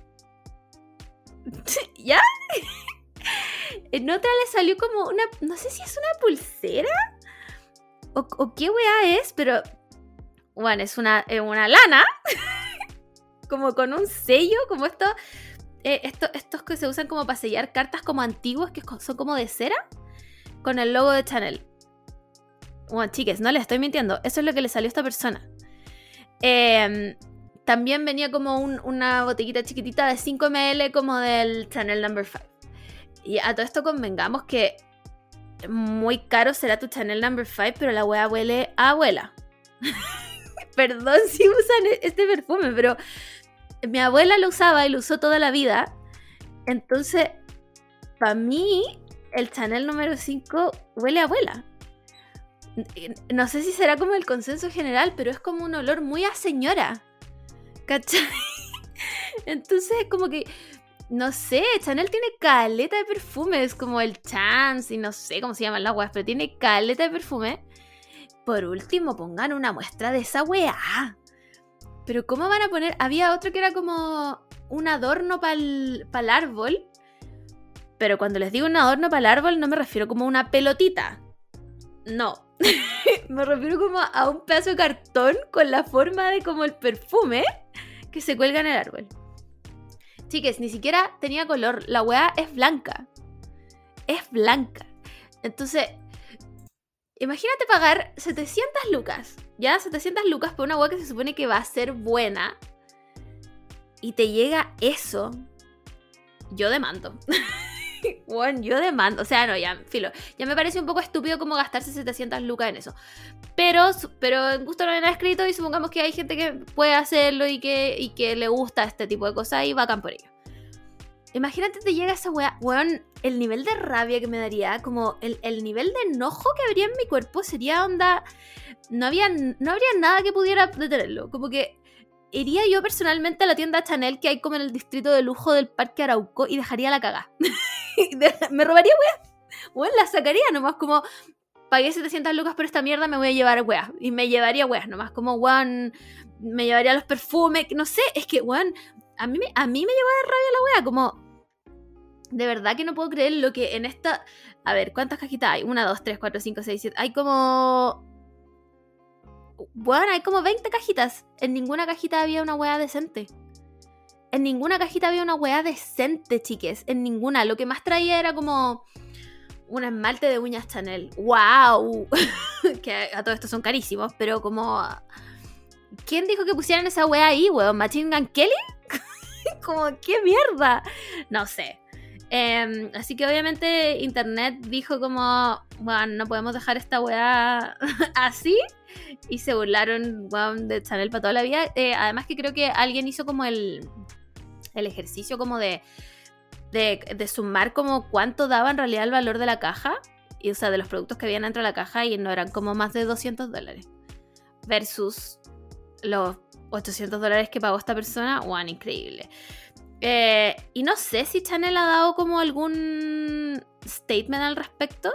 ¿Ya? En otra le salió como una... No sé si es una pulsera o, o qué weá es, pero... Bueno, es una, eh, una lana. Como con un sello, como esto, eh, esto... Estos que se usan como para sellar cartas como antiguas, que son como de cera, con el logo de Chanel. Bueno, chiques, no les estoy mintiendo. Eso es lo que le salió a esta persona. Eh... También venía como un, una botellita chiquitita de cinco mililitros como del Chanel number five. Y a todo esto convengamos que muy caro será tu Chanel number five, pero la wea huele a abuela. Perdón si usan este perfume, pero mi abuela lo usaba y lo usó toda la vida. Entonces, para mí, el Chanel número cinco huele a abuela. No sé si será como el consenso general, pero es como un olor muy a señora. ¿Cachai? Entonces, como que, no sé, Chanel tiene caleta de perfumes, como el Chance, y no sé cómo se llaman las weas, pero tiene caleta de perfume. Por último, pongan una muestra de esa wea. Pero ¿cómo van a poner? Había otro que era como un adorno para el árbol. Pero cuando les digo un adorno para el árbol, no me refiero como una pelotita. No. Me refiero como a un pedazo de cartón con la forma de como el perfume que se cuelga en el árbol. Chiques, ni siquiera tenía color. La weá es blanca. Es blanca. Entonces, imagínate pagar setecientas lucas. Ya, setecientas lucas por una weá que se supone que va a ser buena. Y te llega eso. Yo demando. Bueno, yo demando. O sea, no, ya, filo. Ya me parece un poco estúpido como gastarse setecientas lucas en eso. Pero, pero en gusto no lo han escrito y supongamos que hay gente que puede hacerlo y que, y que le gusta este tipo de cosas y bacán por ello. Imagínate te llega esa weá. Weón, el nivel de rabia que me daría, como el, el nivel de enojo que habría en mi cuerpo sería onda... No, había, no habría nada que pudiera detenerlo. Como que iría yo personalmente a la tienda Chanel que hay como en el distrito de lujo del Parque Arauco y dejaría la cagá. Me robaría weá. Weón, la sacaría nomás como... Pagué setecientas lucas por esta mierda, me voy a llevar weá. Y me llevaría weá, nomás como weón... Me llevaría los perfumes, no sé, es que weón... A mí, me, a mí me lleva de rabia la weá, como... De verdad que no puedo creer lo que en esta... A ver, ¿cuántas cajitas hay? Una, dos, tres, cuatro, cinco, seis, siete... Hay como... Bueno, hay como veinte cajitas. En ninguna cajita había una weá decente. En ninguna cajita había una weá decente, chiques. En ninguna. Lo que más traía era como... un esmalte de uñas Chanel. ¡Wow! Que a todo esto son carísimos, pero como... ¿Quién dijo que pusieran esa weá ahí, weón? ¿Machine Gun Kelly? Como, ¿qué mierda? No sé. Eh, así que obviamente internet dijo como, bueno, no podemos dejar esta weá así, y se burlaron, bueno, de Chanel para toda la vida. Eh, además que creo que alguien hizo como el, el ejercicio como de, de, de sumar como cuánto daba en realidad el valor de la caja, y, o sea, de los productos que habían dentro de la caja, y no eran como más de doscientos dólares versus los ochocientos dólares que pagó esta persona. Bueno, increíble. Eh, y no sé si Chanel ha dado como algún statement al respecto.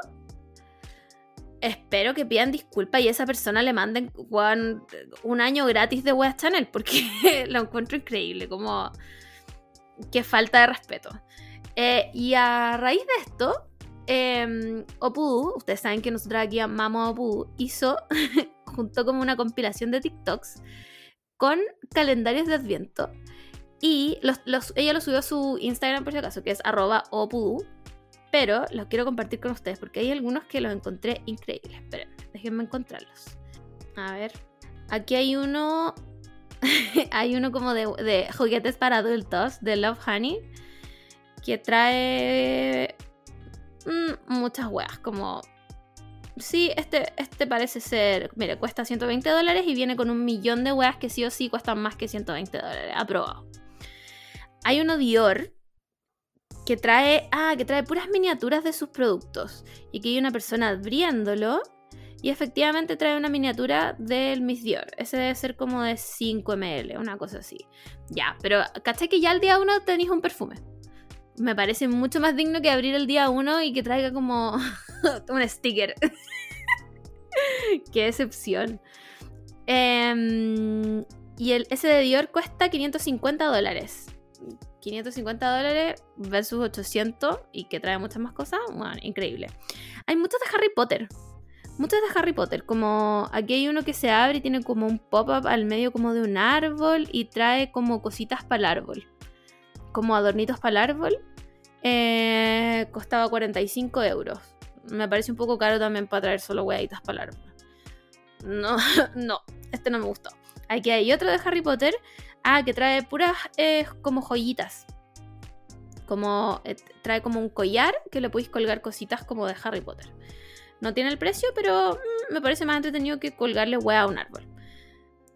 Espero que pidan disculpas y a esa persona le manden one, un año gratis de weas Chanel, porque lo encuentro increíble, como qué falta de respeto. Eh, y a raíz de esto, eh, Opudu, ustedes saben que nosotros aquí amamos a Opudu, hizo junto como una compilación de TikToks con calendarios de Adviento. Y los, los, ella lo subió a su Instagram por si acaso, que es arroba opudu. Pero los quiero compartir con ustedes porque hay algunos que los encontré increíbles. Esperen, déjenme encontrarlos. A ver, aquí hay uno... hay uno como de, de juguetes para adultos de Love Honey, que trae mmm, muchas weas, como... Sí, este, este parece ser... Mire, cuesta ciento veinte dólares y viene con un millón de weas que sí o sí cuestan más que ciento veinte dólares. Aprobado. Hay uno Dior que trae... Ah, que trae puras miniaturas de sus productos. Y que hay una persona abriéndolo y efectivamente trae una miniatura del Miss Dior. Ese debe ser como de cinco mililitros, una cosa así. Ya, pero ¿cachai que ya el día uno tenéis un perfume? Me parece mucho más digno que abrir el día uno y que traiga como un sticker. Qué decepción. Eh, y el, ese de Dior cuesta quinientos cincuenta dólares. quinientos cincuenta dólares versus ochocientos y que trae muchas más cosas. Bueno, increíble. Hay muchos de Harry Potter. Muchos de Harry Potter. Como aquí hay uno que se abre y tiene como un pop-up al medio como de un árbol y trae como cositas para el árbol. Como adornitos para el árbol. Eh, costaba cuarenta y cinco euros. Me parece un poco caro también para traer solo hueaditas para el árbol. No, no, este no me gustó. Aquí hay otro de Harry Potter. Ah, que trae puras eh, como joyitas. Como eh, trae como un collar que le podéis colgar cositas como de Harry Potter. No tiene el precio, pero mm, me parece más entretenido que colgarle hueá a un árbol.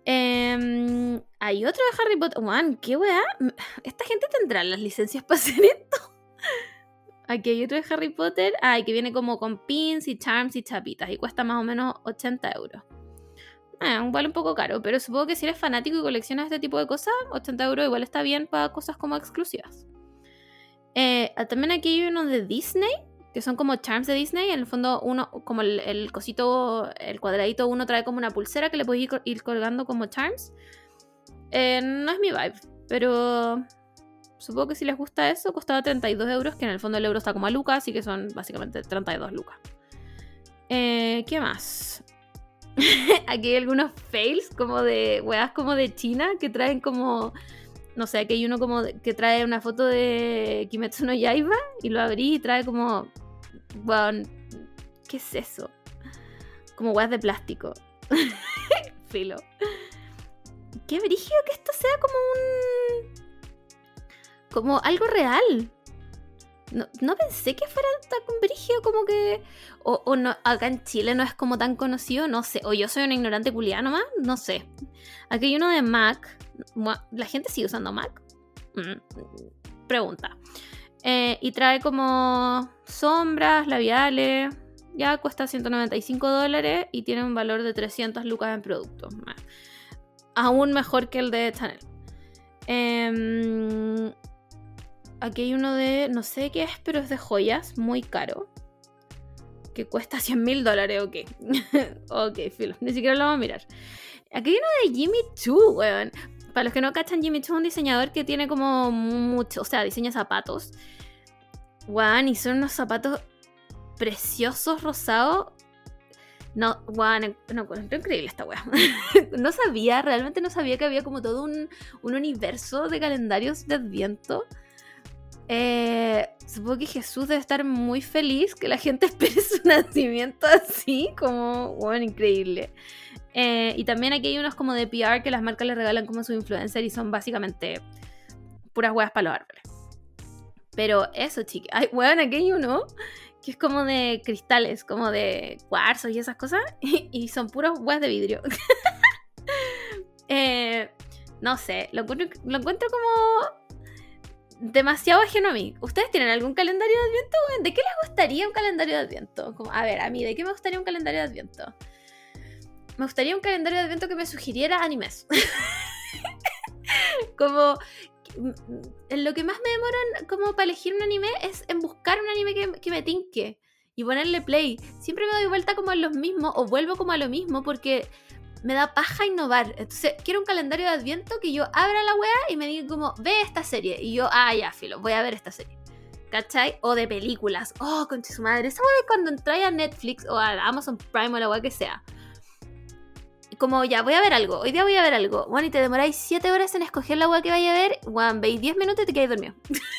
Eh, hay otro de Harry Potter. Juan, ¿qué weá? ¿Esta gente tendrá las licencias para hacer esto? Aquí hay otro de Harry Potter. Ay, que viene como con pins y charms y chapitas. Y cuesta más o menos ochenta euros. Eh, igual un poco caro. Pero supongo que si eres fanático y coleccionas este tipo de cosas, ochenta euros igual está bien para cosas como exclusivas. Eh, también aquí hay unos de Disney, que son como charms de Disney. En el fondo, uno, como el, el cosito, el cuadradito, uno trae como una pulsera que le puedes ir, ir colgando como charms. Eh, no es mi vibe, pero supongo que si les gusta eso, costaba treinta y dos euros, que en el fondo el euro está como a lucas, así que son básicamente treinta y dos lucas. Eh, ¿Qué más? Aquí hay algunos fails, como de weas como de China, que traen como... No sé, aquí hay uno como de, que trae una foto de Kimetsu no Yaiba y lo abrí y trae como... Bueno, ¿qué es eso? Como weas de plástico. Filo. Qué brígido que esto sea como un... Como algo real. No, no pensé que fuera tan brígido como que... O, o no, acá en Chile no es como tan conocido, no sé. O yo soy una ignorante culiada nomás, no sé. Aquí hay uno de Mac. ¿La gente sigue usando Mac? Mm, pregunta. Eh, y trae como sombras, labiales. Ya cuesta ciento noventa y cinco dólares y tiene un valor de trescientas lucas en productos. Aún mejor que el de Chanel. Eh, aquí hay uno de... No sé qué es, pero es de joyas. Muy caro. Que cuesta cien mil dólares. Ok. Ok, filo. Ni siquiera lo vamos a mirar. Aquí hay uno de Jimmy Choo, weón. Para los que no cachan, Jimmy Choo es un diseñador que tiene como mucho... O sea, diseña zapatos. Weón, y son unos zapatos preciosos, rosados. No, weón, no, encuentro increíble esta weá. No sabía, realmente no sabía que había como todo un, un universo de calendarios de Adviento. Eh, supongo que Jesús debe estar muy feliz que la gente espere su nacimiento así, como, bueno, increíble. Eh, y también aquí hay unos como de P R que las marcas les regalan como su influencer y son básicamente puras huevas para los árboles. Pero eso, chicas. Ay, bueno, aquí hay uno que es como de cristales, como de cuarzo y esas cosas, y, y son puras huevas de vidrio. eh, no sé, lo encuentro, lo encuentro como... demasiado ajeno a mí. ¿Ustedes tienen algún calendario de Adviento? ¿De qué les gustaría un calendario de Adviento? Como, a ver, a mí, ¿de qué me gustaría un calendario de Adviento? Me gustaría un calendario de Adviento que me sugiriera animes. Como... En lo que más me demoran como para elegir un anime es en buscar un anime que, que me tinque y ponerle play. Siempre me doy vuelta como en los mismos o vuelvo como a lo mismo porque... me da paja innovar. Entonces, quiero un calendario de Adviento que yo abra la weá y me diga como, ve esta serie. Y yo, ah, ya, filo, voy a ver esta serie. ¿Cachai? O de películas. Oh, conche su madre. Esa weá cuando entráis a Netflix o a Amazon Prime o la weá que sea. Como, ya, voy a ver algo. Hoy día voy a ver algo. Bueno, y te demoráis siete horas en escoger la weá que vaya a ver. Bueno, veis diez minutos y te quedáis dormido.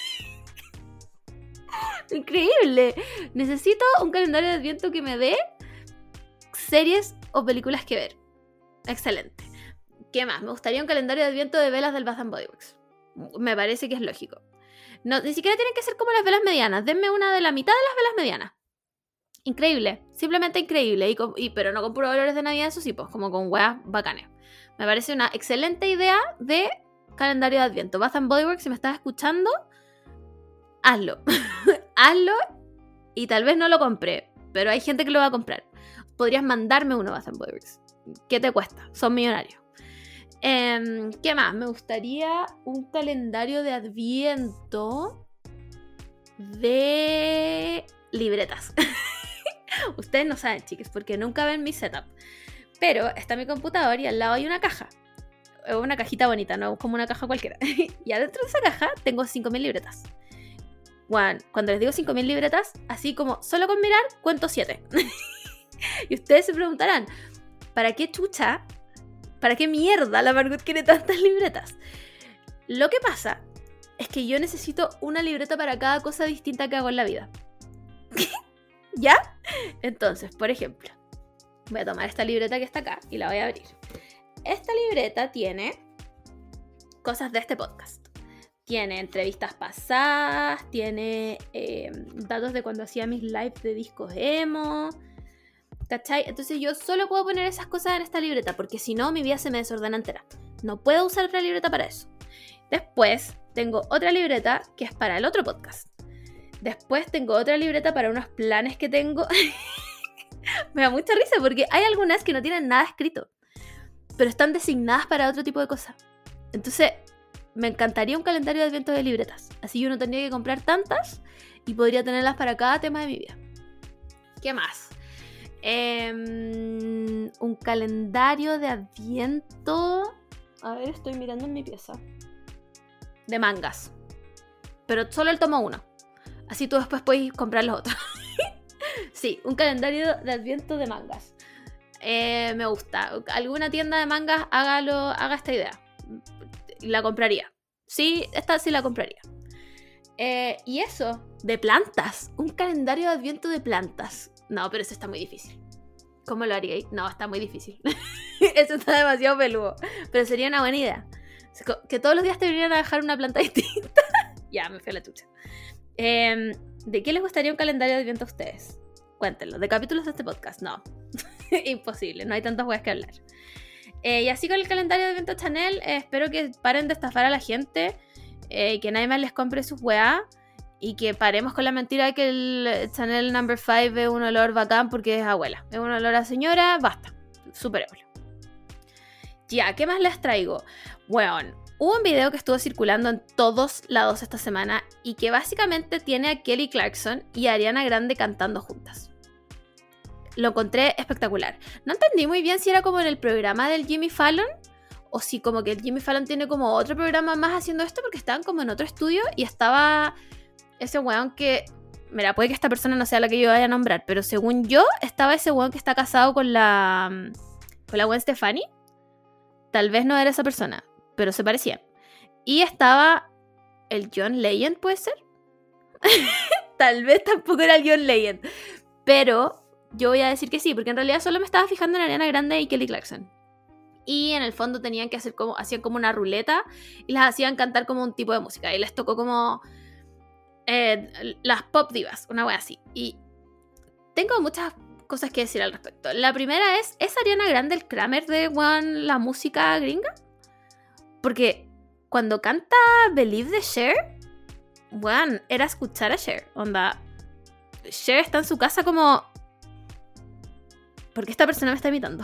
Increíble. Necesito un calendario de Adviento que me dé series o películas que ver. Excelente. ¿Qué más? Me gustaría un calendario de Adviento de velas del Bath and Body Works. Me parece que es lógico. No, ni siquiera tienen que ser como las velas medianas. Denme una de la mitad de las velas medianas. Increíble. Simplemente increíble. Y, con, y pero no con puros valores de Navidad, eso sí, pues como con weas bacanes. Me parece una excelente idea de calendario de Adviento. Bath and Body Works, si me estás escuchando, hazlo. Hazlo y tal vez no lo compré, pero hay gente que lo va a comprar. Podrías mandarme uno Bath and Body Works. ¿Qué te cuesta? Son millonarios. Eh, ¿Qué más? Me gustaría un calendario de Adviento de libretas. Ustedes no saben, chicas, porque nunca ven mi setup. Pero está mi computador y al lado hay una caja. Una cajita bonita, no como una caja cualquiera. Y adentro de esa caja tengo cinco mil libretas. Bueno, cuando les digo cinco mil libretas, así como solo con mirar, cuento siete. Y ustedes se preguntarán, ¿para qué chucha? ¿Para qué mierda la Margot quiere tantas libretas? Lo que pasa es que yo necesito una libreta para cada cosa distinta que hago en la vida. ¿Ya? Entonces, por ejemplo, voy a tomar esta libreta que está acá y la voy a abrir. Esta libreta tiene cosas de este podcast. Tiene entrevistas pasadas, tiene eh, datos de cuando hacía mis lives de discos emo. ¿cachai? Entonces yo solo puedo poner esas cosas en esta libreta, porque si no mi vida se me desordena entera. No puedo usar otra libreta para eso. Después tengo otra libreta que es para el otro podcast. Después tengo otra libreta para unos planes que tengo. Me da mucha risa porque hay algunas que no tienen nada escrito, pero están designadas para otro tipo de cosas. Entonces me encantaría un calendario de adviento de libretas. Así yo no tendría que comprar tantas y podría tenerlas para cada tema de mi vida. ¿Qué más? Eh, un calendario de adviento. A ver, estoy mirando en mi pieza. De mangas. Pero solo el tomo uno. Así tú después puedes comprar los otros. Sí, un calendario de adviento de mangas. Eh, me gusta. Alguna tienda de mangas hágalo, haga esta idea. La compraría. Sí, esta sí la compraría. Eh, y eso, de plantas. Un calendario de adviento de plantas. No, pero eso está muy difícil. ¿Cómo lo haríais? No, está muy difícil. Eso está demasiado peludo. Pero sería una buena idea. Que todos los días te vinieran a dejar una planta distinta. Ya, me fui a la chucha. Eh, ¿De qué les gustaría un calendario de adviento a ustedes? Cuéntenlo. ¿De capítulos de este podcast? No. Imposible. No hay tantas weas que hablar. Eh, y así con el calendario de adviento Chanel, eh, espero que paren de estafar a la gente. Eh, que nadie más les compre sus weas. Y que paremos con la mentira de que el Chanel number five es un olor bacán porque es abuela. Es un olor a señora, basta. Superémoslo. Ya, ¿qué más les traigo? Bueno, hubo un video que estuvo circulando en todos lados esta semana y que básicamente tiene a Kelly Clarkson y a Ariana Grande cantando juntas. Lo encontré espectacular. No entendí muy bien si era como en el programa del Jimmy Fallon o si como que el Jimmy Fallon tiene como otro programa más haciendo esto porque estaban como en otro estudio y estaba ese weón que... Mira, puede que esta persona no sea la que yo vaya a nombrar, pero según yo estaba ese weón que está casado con la... con la Gwen Stefani. Tal vez no era esa persona, pero se parecían. Y estaba el John Legend, ¿puede ser? Tal vez tampoco era el John Legend. Pero yo voy a decir que sí, porque en realidad solo me estaba fijando en Ariana Grande y Kelly Clarkson. Y en el fondo tenían que hacer como, hacían como una ruleta y las hacían cantar como un tipo de música. Y les tocó como eh, las pop divas, una wea así. Y tengo muchas cosas que decir al respecto. La primera es, ¿es Ariana Grande el Kramer de One, la música gringa? Porque cuando canta Believe de Cher, bueno, era escuchar a Cher. Onda, Cher está en su casa como... ¿por qué esta persona me está imitando?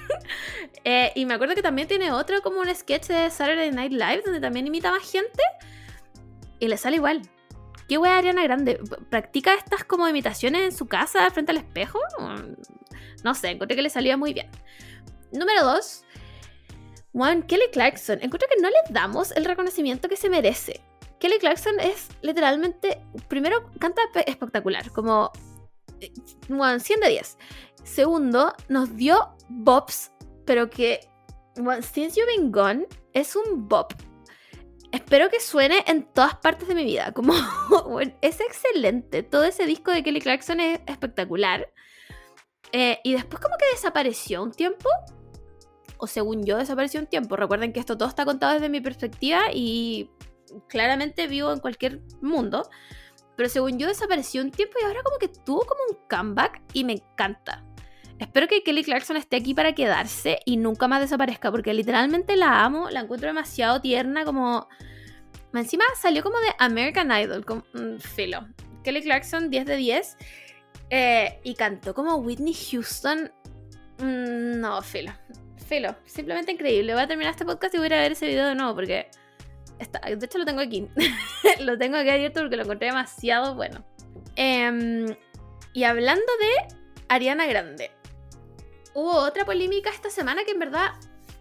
eh, y me acuerdo que también tiene otro como un sketch de Saturday Night Live donde también imita más gente y le sale igual. ¿Qué wea Ariana Grande? ¿Practica estas como imitaciones en su casa frente al espejo? No sé, encontré que le salía muy bien. Número dos. One, Kelly Clarkson. Encuentro que no le damos el reconocimiento que se merece. Kelly Clarkson es literalmente... Primero, canta espectacular. Como... One, cien de diez. Segundo, nos dio bops. Pero que... One, Since You've Been Gone es un bop. Espero que suene en todas partes de mi vida. Como, bueno, es excelente. Todo ese disco de Kelly Clarkson es espectacular. Eh, y después como que desapareció un tiempo. O según yo desapareció un tiempo. Recuerden que esto todo está contado desde mi perspectiva. Y claramente vivo en cualquier mundo. Pero según yo desapareció un tiempo. Y ahora como que tuvo como un comeback. Y me encanta. Espero que Kelly Clarkson esté aquí para quedarse y nunca más desaparezca, porque literalmente la amo, la encuentro demasiado tierna, como... Encima salió como de American Idol, como... Mm, filo. Kelly Clarkson, diez de diez, eh, y cantó como Whitney Houston. Mm, no, filo. Filo, simplemente increíble. Voy a terminar este podcast y voy a ir a ver ese video de nuevo, porque... Está... De hecho lo tengo aquí. Lo tengo aquí abierto porque lo encontré demasiado bueno. Eh, y hablando de Ariana Grande... Hubo otra polémica esta semana que en verdad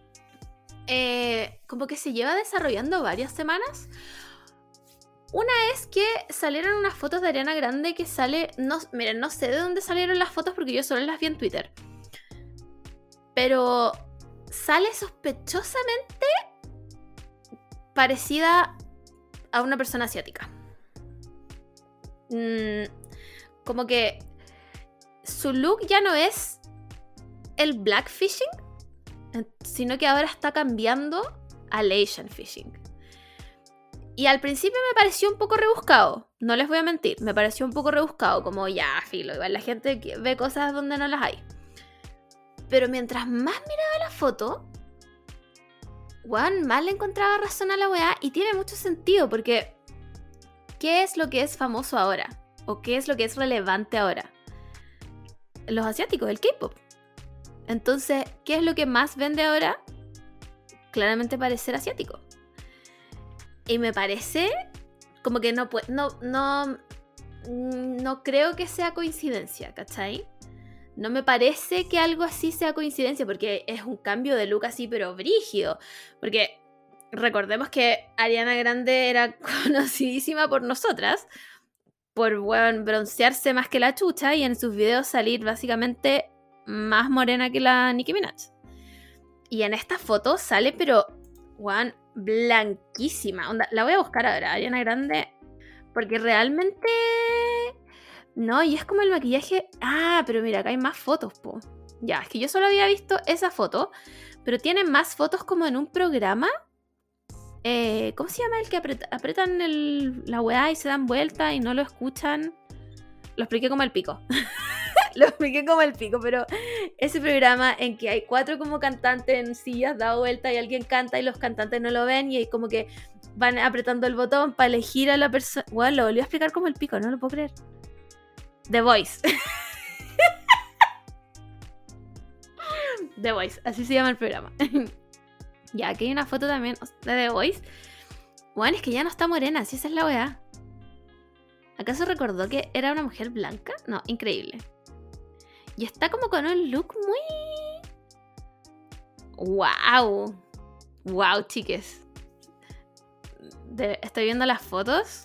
eh, como que se lleva desarrollando varias semanas. Una es que salieron unas fotos de Ariana Grande que sale... No, miren, no sé de dónde salieron las fotos porque yo solo las vi en Twitter. Pero sale sospechosamente parecida a una persona asiática. Mm, como que su look ya no es el blackfishing, sino que ahora está cambiando al Asian fishing. Y al principio me pareció un poco rebuscado, no les voy a mentir, me pareció un poco rebuscado, como ya, filo, igual la gente ve cosas donde no las hay. Pero mientras más miraba la foto, weón, más le encontraba razón a la weá. Y tiene mucho sentido, porque ¿qué es lo que es famoso ahora? ¿O qué es lo que es relevante ahora? Los asiáticos, el K-pop. Entonces, ¿qué es lo que más vende ahora? Claramente parecer asiático. Y me parece como que no, no, no, no creo que sea coincidencia, ¿cachai? No me parece que algo así sea coincidencia, porque es un cambio de look así, pero brígido. Porque recordemos que Ariana Grande era conocidísima por nosotras, por, bueno, broncearse más que la chucha y en sus videos salir básicamente más morena que la Nicki Minaj. Y en esta foto sale, pero, bueno, blanquísima. Onda, la voy a buscar ahora, Ariana Grande, porque realmente... No, y es como el maquillaje... Ah, pero mira, acá hay más fotos, po. Ya, es que yo solo había visto esa foto, pero tiene más fotos como en un programa. Eh, ¿Cómo se llama el que apret- apretan el, la weá y se dan vuelta y no lo escuchan? Lo expliqué como el pico. Lo expliqué como el pico, pero ese programa en que hay cuatro como cantantes en sillas dado vuelta y alguien canta y los cantantes no lo ven y hay como que van apretando el botón para elegir a la persona. Bueno, lo volví a explicar como el pico, no lo puedo creer. The Voice. The Voice, así se llama el programa. Ya, aquí hay una foto también de The Voice. Bueno, es que ya no está morena, si esa es la weá. ¿Acaso recordó que era una mujer blanca? No, increíble. Y está como con un look muy... ¡Wow! ¡Wow, chiques! De... Estoy viendo las fotos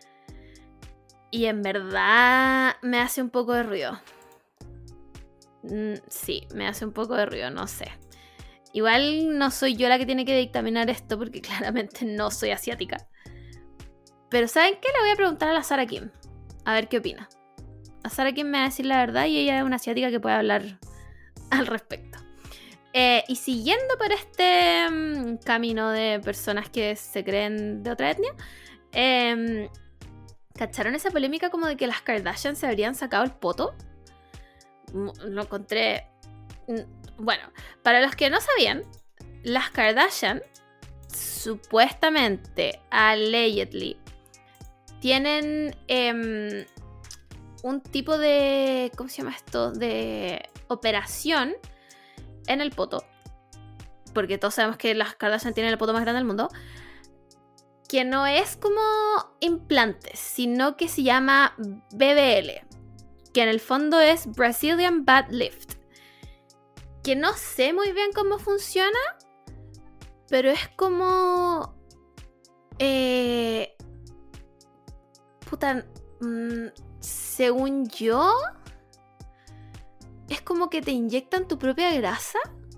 y en verdad me hace un poco de ruido. Mm, sí, me hace un poco de ruido, no sé. Igual no soy yo la que tiene que dictaminar esto porque claramente no soy asiática. Pero ¿saben qué? Le voy a preguntar a la Sarah Kim. A ver qué opina. A Sarah Kim me va a decir la verdad y ella es una asiática que puede hablar al respecto. Eh, y siguiendo por este um, camino de personas que se creen de otra etnia, eh, ¿cacharon esa polémica como de que las Kardashian se habrían sacado el poto? Lo encontré... Bueno, para los que no sabían, las Kardashian supuestamente, allegedly, tienen eh, un tipo de... ¿Cómo se llama esto? De operación en el poto. Porque todos sabemos que las Kardashian tienen el poto más grande del mundo. Que no es como implantes, sino que se llama B B L. Que en el fondo es Brazilian Butt Lift. Que no sé muy bien cómo funciona, pero es como... Eh, puta, mmm, según yo, es como que te inyectan tu propia grasa.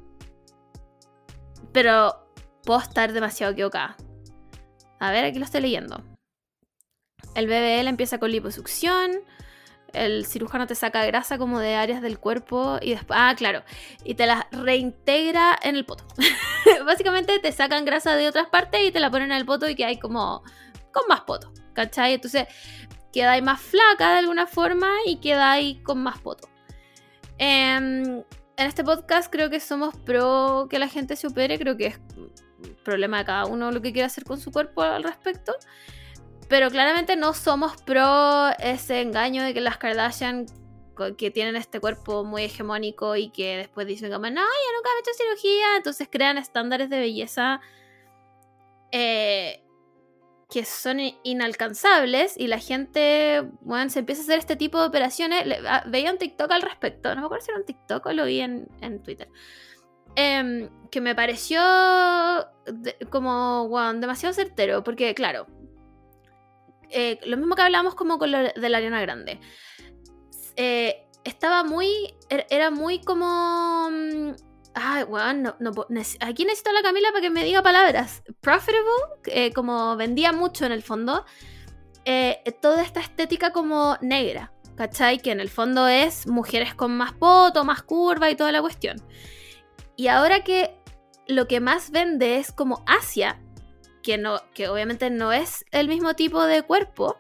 Pero puedo estar demasiado equivocada. A ver, aquí lo estoy leyendo. El B B L empieza con liposucción. El cirujano te saca grasa como de áreas del cuerpo y después, ah, claro, y te las reintegra en el poto. Básicamente te sacan grasa de otras partes y te la ponen en el poto y que hay como con más poto, ¿cachai? Entonces queda ahí más flaca de alguna forma y queda ahí con más poto. Eh, en este podcast creo que somos pro que la gente se opere, creo que es problema de cada uno lo que quiera hacer con su cuerpo al respecto. Pero claramente no somos pro ese engaño de que las Kardashian, que tienen este cuerpo muy hegemónico y que después dicen como, no, yo nunca me he hecho cirugía, entonces crean estándares de belleza eh, que son inalcanzables y la gente, bueno, se empieza a hacer este tipo de operaciones. Le, a, veía un TikTok al respecto, no me acuerdo si era un TikTok o lo vi en, en Twitter, eh, que me pareció de, como, bueno, demasiado certero, porque claro, Eh, lo mismo que hablábamos como con lo de la Ariana Grande. Eh, estaba muy... Era muy como... Ay, bueno, no, no, aquí necesito a la Camila para que me diga palabras. Profitable, eh, como vendía mucho en el fondo. Eh, toda esta estética como negra, ¿cachai? Que en el fondo es mujeres con más poto, más curva y toda la cuestión. Y ahora que lo que más vende es como Asia, Que, no, que obviamente no es el mismo tipo de cuerpo,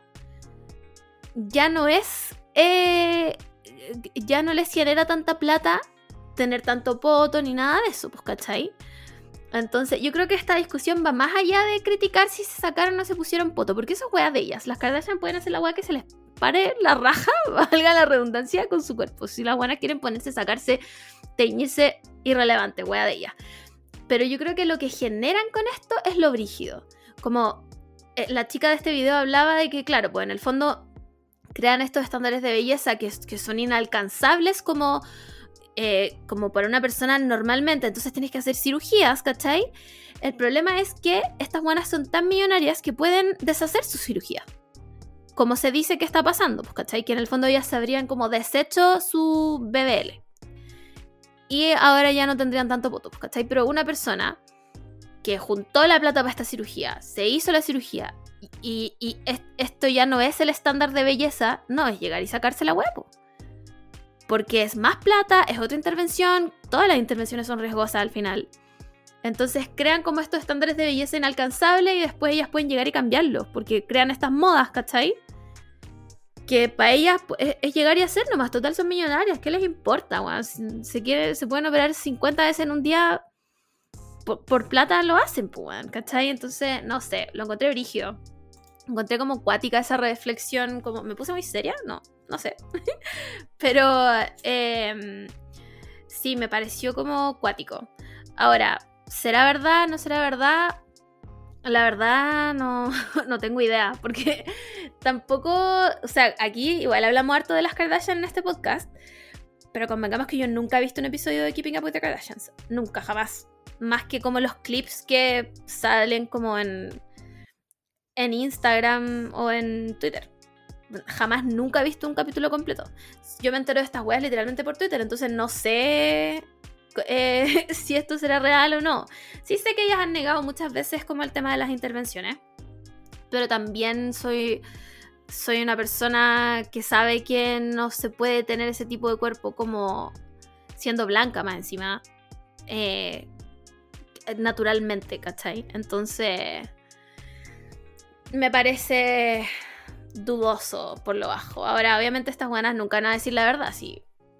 ya no es, eh, ya no les genera tanta plata tener tanto poto ni nada de eso, pues, ¿cachai? Entonces, yo creo que esta discusión va más allá de criticar si se sacaron o no se pusieron poto, porque eso es weá de ellas. Las Kardashian pueden hacer la weá que se les pare la raja, valga la redundancia, con su cuerpo. Si las buenas quieren ponerse, sacarse, teñirse, irrelevante, weá de ellas. Pero yo creo que lo que generan con esto es lo brígido. Como eh, la chica de este video hablaba de que, claro, pues en el fondo crean estos estándares de belleza que, que son inalcanzables como... Eh, como para una persona normalmente, entonces tienes que hacer cirugías, ¿cachai? El problema es que estas buenas son tan millonarias que pueden deshacer su cirugía, como se dice que está pasando, pues, ¿cachai? Que en el fondo ellas se habrían como deshecho su B B L y ahora ya no tendrían tanto poto, pues, ¿cachai? Pero una persona que juntó la plata para esta cirugía, se hizo la cirugía y, y, y esto ya no es el estándar de belleza, no, es llegar y sacarse la huevo. Porque es más plata, es otra intervención, todas las intervenciones son riesgosas al final. Entonces crean como estos estándares de belleza inalcanzables y después ellas pueden llegar y cambiarlos, porque crean estas modas, ¿cachai? Que para ellas es, es llegar y hacer nomás, total son millonarias, ¿qué les importa? Bueno, si se, quiere, se pueden operar cincuenta veces en un día, por, por plata lo hacen, pues, ¿cachai? Entonces, no sé, lo encontré brígido. Encontré como cuática esa reflexión, como, ¿me puse muy seria? No, no sé. Pero eh, sí, me pareció como cuático. Ahora, ¿será verdad? ¿No será verdad? La verdad no, no tengo idea, porque tampoco, o sea, aquí igual hablamos harto de las Kardashian en este podcast, pero convengamos que yo nunca he visto un episodio de Keeping Up with the Kardashians. Nunca, jamás. Más que como los clips que salen como en... en Instagram o en Twitter. Jamás, nunca he visto un capítulo completo. Yo me entero de estas weas literalmente por Twitter, entonces no sé eh, si esto será real o no. Sí sé que ellas han negado muchas veces como el tema de las intervenciones, pero también soy, soy una persona que sabe que no se puede tener ese tipo de cuerpo como siendo blanca más encima, eh, naturalmente, ¿cachai? Entonces... me parece dudoso por lo bajo. Ahora, obviamente estas buenas nunca van a decir la verdad, si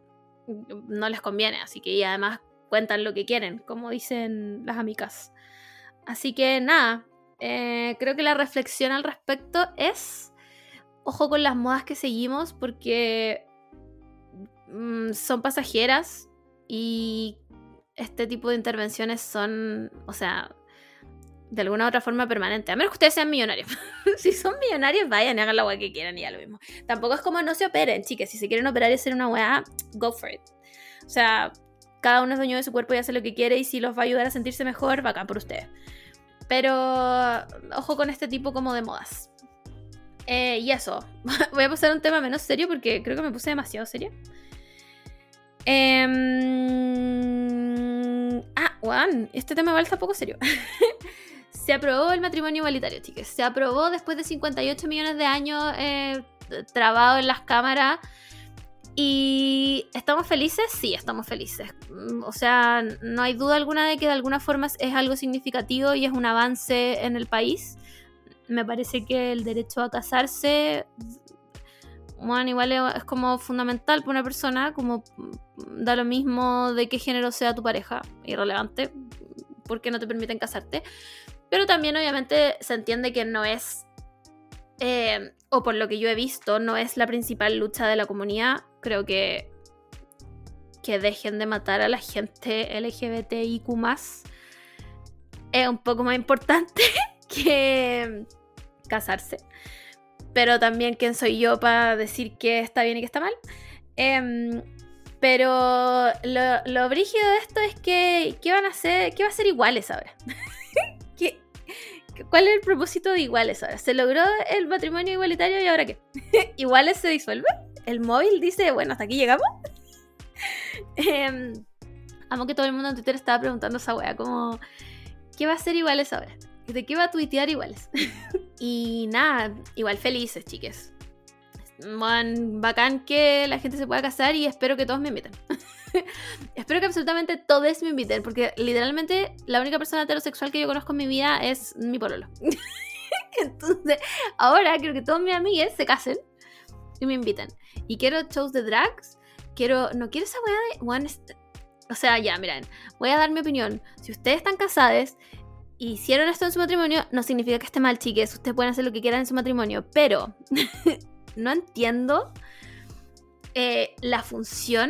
no les conviene, así que y además cuentan lo que quieren, como dicen las amigas. Así que nada, eh, creo que la reflexión al respecto es ojo con las modas que seguimos, porque mmm, son pasajeras y este tipo de intervenciones son, o sea... de alguna u otra forma permanente, a menos que ustedes sean millonarios. Si son millonarios, vayan y hagan la weá que quieran y ya lo mismo. Tampoco es como no se operen, chicas. Si se quieren operar y hacer una weá, go for it. O sea, cada uno es dueño de su cuerpo y hace lo que quiere, y si los va a ayudar a sentirse mejor, bacán por ustedes. Pero ojo con este tipo como de modas. Eh, y eso, voy a pasar a un tema menos serio porque creo que me puse demasiado seria. Eh, ah, weón, este tema igual está poco serio. Se aprobó el matrimonio igualitario, chicas. Se aprobó después de cincuenta y ocho millones de años eh, trabado en las cámaras. ¿Y estamos felices? Sí, estamos felices. O sea, no hay duda alguna de que de alguna forma es algo significativo y es un avance en el país. Me parece que el derecho a casarse, bueno, igual es como fundamental para una persona, como da lo mismo de qué género sea tu pareja, irrelevante, porque no te permiten casarte. Pero también obviamente se entiende que no es, eh, o por lo que yo he visto, no es la principal lucha de la comunidad. Creo que que dejen de matar a la gente L G B T I Q más, es un poco más importante que casarse. Pero también, ¿quién soy yo para decir que está bien y que está mal? Eh, pero lo, lo brígido de esto es que ¿qué van a hacer? ¿Qué va a ser iguales ahora? ¿Qué, ¿Cuál es el propósito de iguales ahora? ¿Se logró el matrimonio igualitario y ahora qué? ¿Iguales se disuelve? ¿El móvil dice, bueno, hasta aquí llegamos? eh, amo que todo el mundo en Twitter estaba preguntando esa wea, como ¿qué va a ser iguales ahora? ¿De qué va a tuitear iguales? Y nada, igual felices, chiques. Man, bacán que la gente se pueda casar y espero que todos me inviten. Espero que absolutamente todos me inviten, porque literalmente la única persona heterosexual que yo conozco en mi vida es mi pololo. Entonces, ahora quiero que todos mis amigues se casen y me inviten. Y quiero shows de drags. Quiero, no quiero esa weá de... Bueno, O sea, ya, miren, voy a dar mi opinión. Si ustedes están casados y hicieron esto en su matrimonio, no significa que esté mal, chiques. Ustedes pueden hacer lo que quieran en su matrimonio, pero no entiendo eh, la función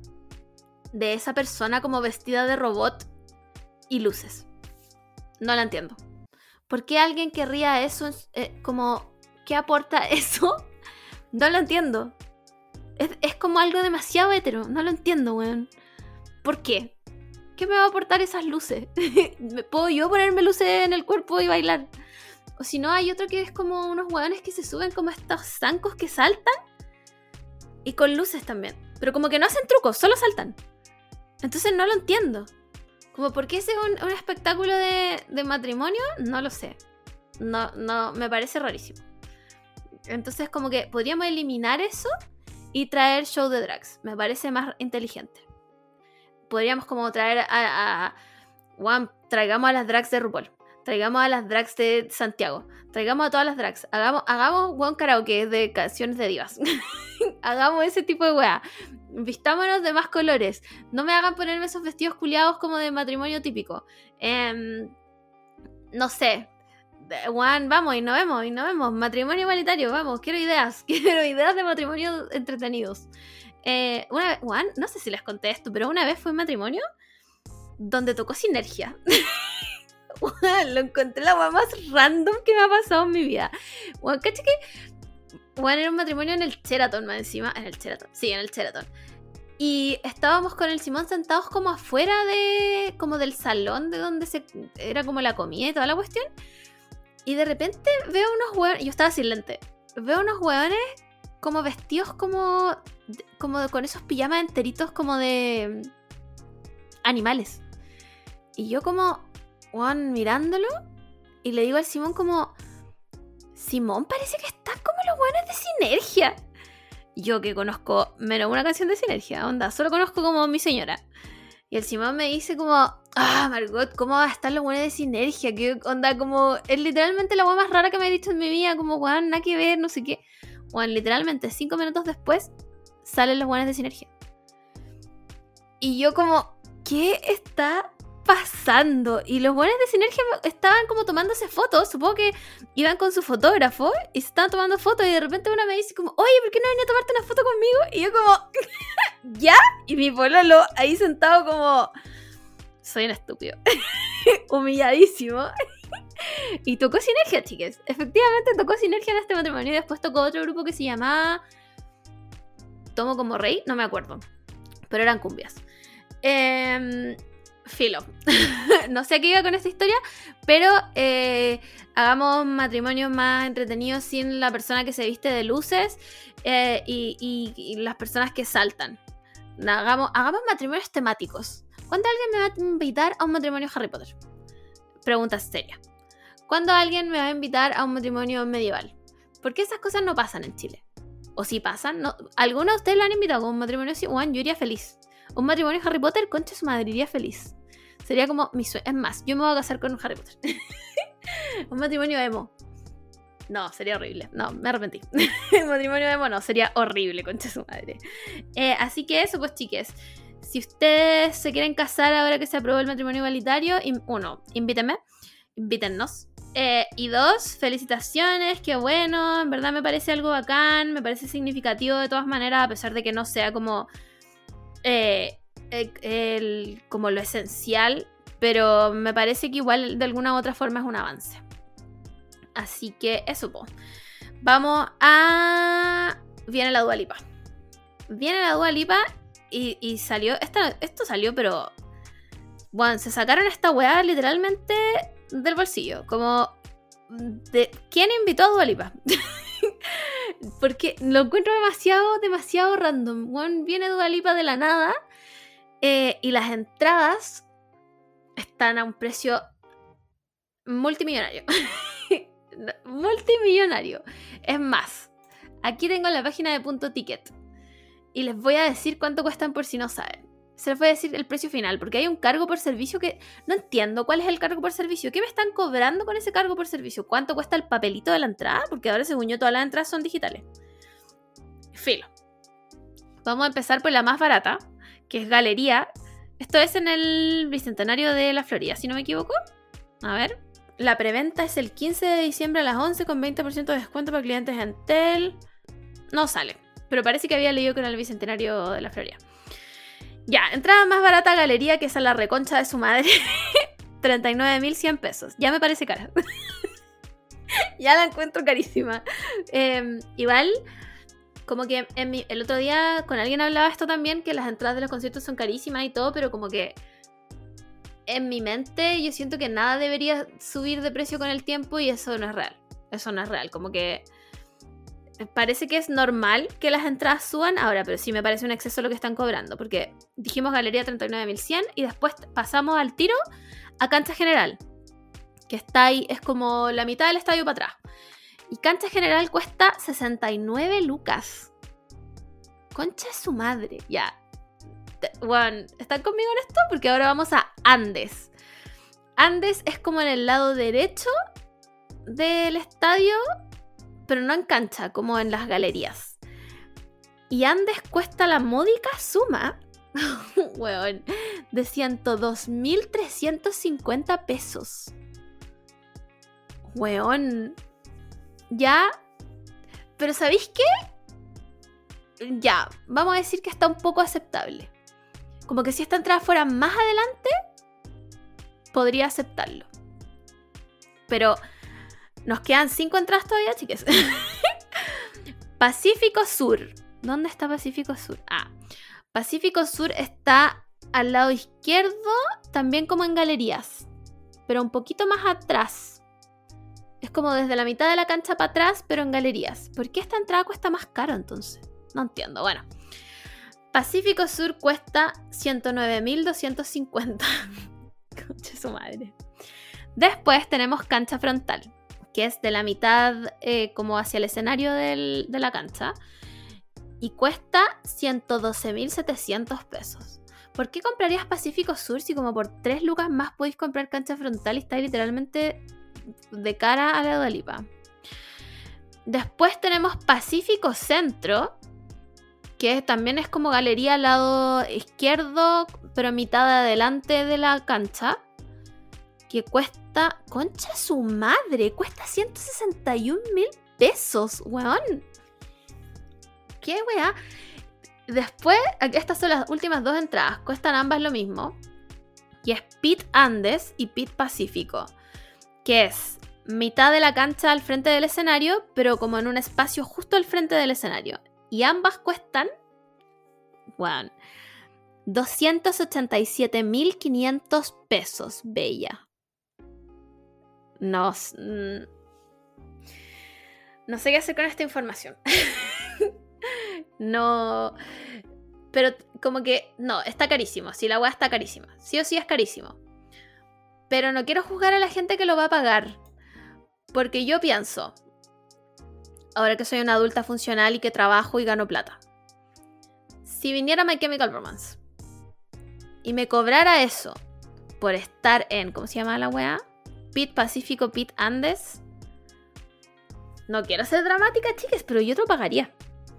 de esa persona como vestida de robot y luces. No la entiendo. ¿Por qué alguien querría eso? Eh, como, ¿qué aporta eso? No lo entiendo. Es, es como algo demasiado hetero. No lo entiendo, weón. ¿Por qué? ¿Qué me va a aportar esas luces? ¿Puedo yo ponerme luces en el cuerpo y bailar? O si no, hay otro que es como unos hueones que se suben como estos zancos que saltan. Y con luces también. Pero como que no hacen trucos, solo saltan. Entonces no lo entiendo. Como, ¿por qué ese es un, un espectáculo de, de matrimonio? No lo sé. No, no, me parece rarísimo. Entonces como que podríamos eliminar eso y traer show de drags. Me parece más inteligente. Podríamos como traer a... a, a Juan, traigamos a las drags de RuPaul. Traigamos a las drags de Santiago. Traigamos a todas las drags. Hagamos, hagamos Juan karaoke de canciones de divas. Hagamos ese tipo de weá. Vistámonos de más colores. No me hagan ponerme esos vestidos culiados como de matrimonio típico. Eh, no sé. Juan, vamos y nos vemos y nos vemos. Matrimonio igualitario, vamos. Quiero ideas. Quiero ideas de matrimonio entretenidos. Eh, una vez, Juan, no sé si les conté esto, pero una vez fue un matrimonio donde tocó Sinergia. Juan, lo encontré la weá más random que me ha pasado en mi vida. Juan, ¿caché que? Juan, era un matrimonio en el Sheraton, más encima. En el Sheraton, sí, en el Sheraton. Y estábamos con el Simón sentados como afuera de... como del salón de donde se... era como la comida y toda la cuestión. Y de repente veo unos hueones... Yo estaba sin lente. Veo unos hueones como vestidos como... como con esos pijamas enteritos como de... animales. Y yo como... Juan, mirándolo. Y le digo al Simón como... Simón, parece que están como los hueones de Sinergia. Yo que conozco menos una canción de Sinergia, onda, solo conozco como Mi Señora. Y el Simón me dice como, ah, Margot, ¿cómo va a estar los buenos de Sinergia? Que onda, como, es literalmente la hueá más rara que me he visto en mi vida, como, weón, nada que ver, no sé qué. Weón, literalmente, cinco minutos después, salen los buenos de Sinergia. Y yo como, ¿qué está pasando? Y los buenos de Sinergia estaban como tomándose fotos, supongo que iban con su fotógrafo y se estaban tomando fotos y de repente una me dice como, oye, ¿por qué no venía a tomarte una foto conmigo? Y yo como, ¿ya? Y mi pololo ahí sentado como, soy un estúpido. Humilladísimo. Y tocó Sinergia, chiques. Efectivamente tocó Sinergia en este matrimonio y después tocó otro grupo que se llamaba Tomo como Rey, no me acuerdo, pero eran cumbias. eh Filo. No sé a qué iba con esta historia, pero eh, hagamos matrimonios más entretenidos sin la persona que se viste de luces eh, y, y, y las personas que saltan. Hagamos, hagamos matrimonios temáticos. ¿Cuándo alguien me va a invitar a un matrimonio Harry Potter? Pregunta seria. ¿Cuándo alguien me va a invitar a un matrimonio medieval? Porque esas cosas no pasan en Chile. O si pasan, no. ¿Alguno de ustedes lo han invitado a un matrimonio así? Juan, yo iría feliz. Un matrimonio Harry Potter, concha su madre, iría feliz. Sería como mi sueño. Es más, yo me voy a casar con un Harry Potter. Un matrimonio emo. No, sería horrible. No, me arrepentí. Un matrimonio emo no, sería horrible, concha su madre. Eh, así que eso, pues, chiques. Si ustedes se quieren casar ahora que se aprobó el matrimonio igualitario, uno, invítenme. Invítennos. Eh, y dos, felicitaciones, qué bueno. En verdad me parece algo bacán. Me parece significativo de todas maneras, a pesar de que no sea como... Eh, el, el, como lo esencial, pero me parece que igual de alguna u otra forma es un avance. Así que eso, po. Vamos a... Viene la Dua Lipa. Viene la Dua Lipa y, y salió... Esta, esto salió, pero... Bueno, se sacaron esta weá literalmente del bolsillo. Como... De, ¿quién invitó a Dua Lipa? Porque lo encuentro demasiado, demasiado random. Bueno, viene Dua Lipa de la nada eh, y las entradas están a un precio multimillonario. Multimillonario. Es más, aquí tengo la página de Punto Ticket y les voy a decir cuánto cuestan por si no saben. Se les voy a decir el precio final, porque hay un cargo por servicio que no entiendo cuál es el cargo por servicio. ¿Qué me están cobrando con ese cargo por servicio? ¿Cuánto cuesta el papelito de la entrada? Porque ahora, según yo, todas las entradas son digitales. Filo. Vamos a empezar por la más barata, que es Galería, Esto es en el Bicentenario de la Florida, si no me equivoco. A ver. La preventa es el quince de diciembre a las once con veinte por ciento de descuento para clientes en Tel. No sale, pero parece que había leído que era el Bicentenario de la Florida. Ya, entrada más barata a galería, que es a la reconcha de su madre. treinta y nueve mil cien pesos. Ya me parece cara. Ya la encuentro carísima. Eh, igual, como que en mi, el otro día con alguien hablaba esto también, que las entradas de los conciertos son carísimas y todo, pero como que en mi mente yo siento que nada debería subir de precio con el tiempo y eso no es real. Eso no es real. Como que parece que es normal que las entradas suban ahora, pero sí me parece un exceso lo que están cobrando, porque dijimos galería treinta y nueve mil cien y después pasamos al tiro a cancha general, que está ahí, es como la mitad del estadio para atrás. Y cancha general cuesta sesenta y nueve lucas. Concha de su madre. Ya. Bueno, ¿están conmigo en esto? Porque ahora vamos a Andes. Andes es como en el lado derecho del estadio, pero no en cancha, como en las galerías. Y Andes cuesta la módica suma, weón, de ciento dos mil trescientos cincuenta pesos. Weón. Ya. Pero ¿sabéis qué? Ya, vamos a decir que está un poco aceptable. Como que si esta entrada fuera más adelante, podría aceptarlo. Pero nos quedan cinco entradas todavía, chiques. Pacífico Sur. ¿Dónde está Pacífico Sur? Ah, Pacífico Sur está al lado izquierdo, también como en galerías, pero un poquito más atrás. Es como desde la mitad de la cancha para atrás, pero en galerías. ¿Por qué esta entrada cuesta más caro entonces? No entiendo. Bueno, Pacífico Sur cuesta ciento nueve mil doscientos cincuenta. Concha su madre. Después tenemos cancha frontal, que es de la mitad eh, como hacia el escenario del, de la cancha, y cuesta ciento doce mil setecientos pesos. ¿Por qué comprarías Pacífico Sur si como por tres lucas más podéis comprar cancha frontal y está literalmente de cara a la Dua Lipa? Después tenemos Pacífico Centro, que también es como galería al lado izquierdo, pero mitad de adelante de la cancha, que cuesta, concha su madre, cuesta ciento sesenta y un mil pesos, weón. ¿Qué weá? Después, estas son las últimas dos entradas, cuestan ambas lo mismo, y es Pit Andes y Pit Pacífico, que es mitad de la cancha al frente del escenario, pero como en un espacio justo al frente del escenario. Y ambas cuestan, weón, doscientos ochenta y siete mil quinientos pesos, bella. No, no sé qué hacer con esta información. No, pero como que, no, está carísimo. Si la weá está carísima, sí o sí es carísimo. Pero no quiero juzgar a la gente que lo va a pagar, porque yo pienso, ahora que soy una adulta funcional y que trabajo y gano plata, si viniera My Chemical Romance y me cobrara eso por estar en, ¿cómo se llama la weá? Pit Pacífico, Pit Andes. No quiero ser dramática, chicas, pero yo te lo pagaría.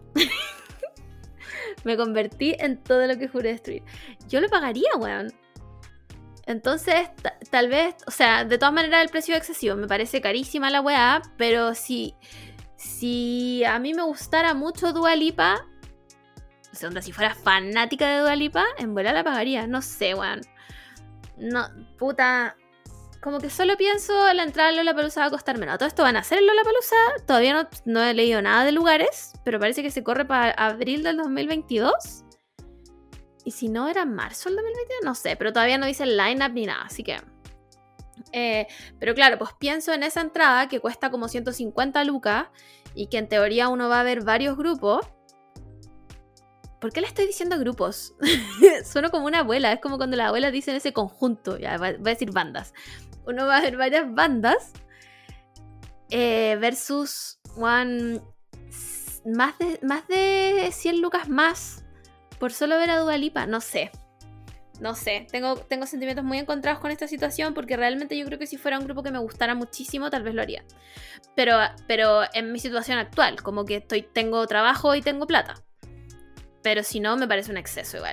Me convertí en todo lo que juré destruir. Yo lo pagaría, weón. Entonces, t- tal vez, o sea, de todas maneras el precio es excesivo. Me parece carísima la weá, pero si, si a mí me gustara mucho Dua Lipa, o sea, onda, si fuera fanática de Dua Lipa, en vuela la pagaría. No sé, weón. No, puta. Como que solo pienso la entrada a Lollapalooza va a costar menos. Todo esto van a hacer en Lollapalooza. Todavía no, no he leído nada de lugares, pero parece que se corre para abril del dos mil veintidós. Y si no, era marzo del dos mil veintidós, no sé, pero todavía no dice el line-up ni nada, así que... Eh, pero claro, pues pienso en esa entrada que cuesta como ciento cincuenta lucas y que en teoría uno va a ver varios grupos. ¿Por qué le estoy diciendo grupos? Sueno como una abuela, es como cuando las abuelas dicen ese conjunto, ya voy a decir bandas. Uno va a ver varias bandas eh, versus one, más, de, más de cien lucas más por solo ver a Dua Lipa. No sé, no sé, tengo, tengo sentimientos muy encontrados con esta situación porque realmente yo creo que si fuera un grupo que me gustara muchísimo tal vez lo haría. Pero, pero en mi situación actual, como que estoy, tengo trabajo y tengo plata. Pero si no, me parece un exceso igual.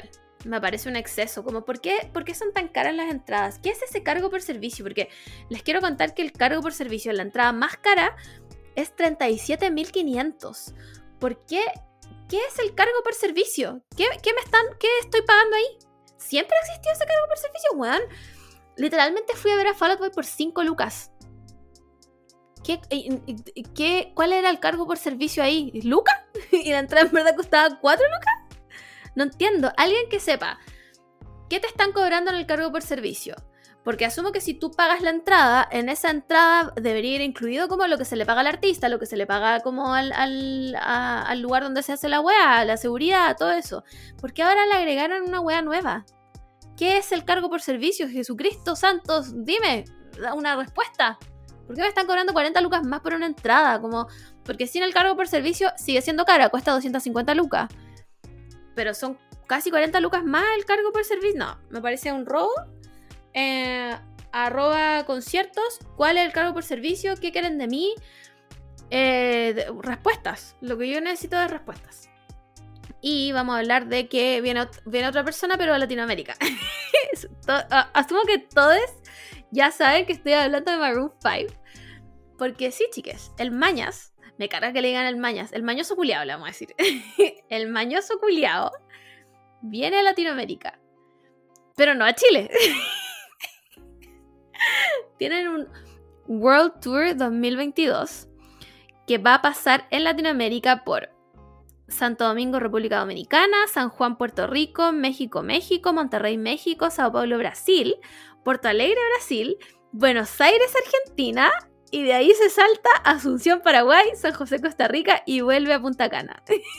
me parece un exceso. Como, ¿por qué, ¿por qué son tan caras las entradas? ¿Qué es ese cargo por servicio? Porque les quiero contar que el cargo por servicio, la entrada más cara, es treinta y siete mil quinientos. ¿Por qué? ¿Qué es el cargo por servicio? ¿Qué, qué me están, qué estoy pagando ahí? ¿Siempre existió ese cargo por servicio, weón? Literalmente fui a ver a Fall Out Boy por cinco lucas. ¿Qué, qué, ¿Cuál era el cargo por servicio ahí? ¿Lucas? ¿Y la entrada en verdad costaba cuatro lucas? No entiendo. Alguien que sepa ¿qué te están cobrando en el cargo por servicio? Porque asumo que si tú pagas la entrada, en esa entrada debería ir incluido como lo que se le paga al artista, lo que se le paga como al, al, a, al lugar donde se hace la weá, la seguridad, todo eso. ¿Por qué ahora le agregaron una weá nueva? ¿Qué es el cargo por servicio? Jesucristo Santos, dime, da una respuesta. ¿Por qué me están cobrando cuarenta lucas más por una entrada? Como, porque sin el cargo por servicio sigue siendo cara, cuesta doscientas cincuenta lucas. Pero son casi cuarenta lucas más el cargo por servicio. No, me parece un robo. Eh, arroba conciertos. ¿Cuál es el cargo por servicio? ¿Qué quieren de mí? Eh, de, respuestas. Lo que yo necesito es respuestas. Y vamos a hablar de que viene, viene otra persona, pero a Latinoamérica. Asumo que todos ya saben que estoy hablando de Maroon cinco. Porque sí, chiques, el Mañas. Me carga que le digan el Mañas. El mañoso culiao, le vamos a decir. El mañoso culiao viene a Latinoamérica. Pero no a Chile. Tienen un World Tour dos mil veintidós que va a pasar en Latinoamérica por Santo Domingo, República Dominicana, San Juan, Puerto Rico, México, México, Monterrey, México, Sao Paulo, Brasil, Porto Alegre, Brasil, Buenos Aires, Argentina, y de ahí se salta a Asunción, Paraguay, San José, Costa Rica y vuelve a Punta Cana.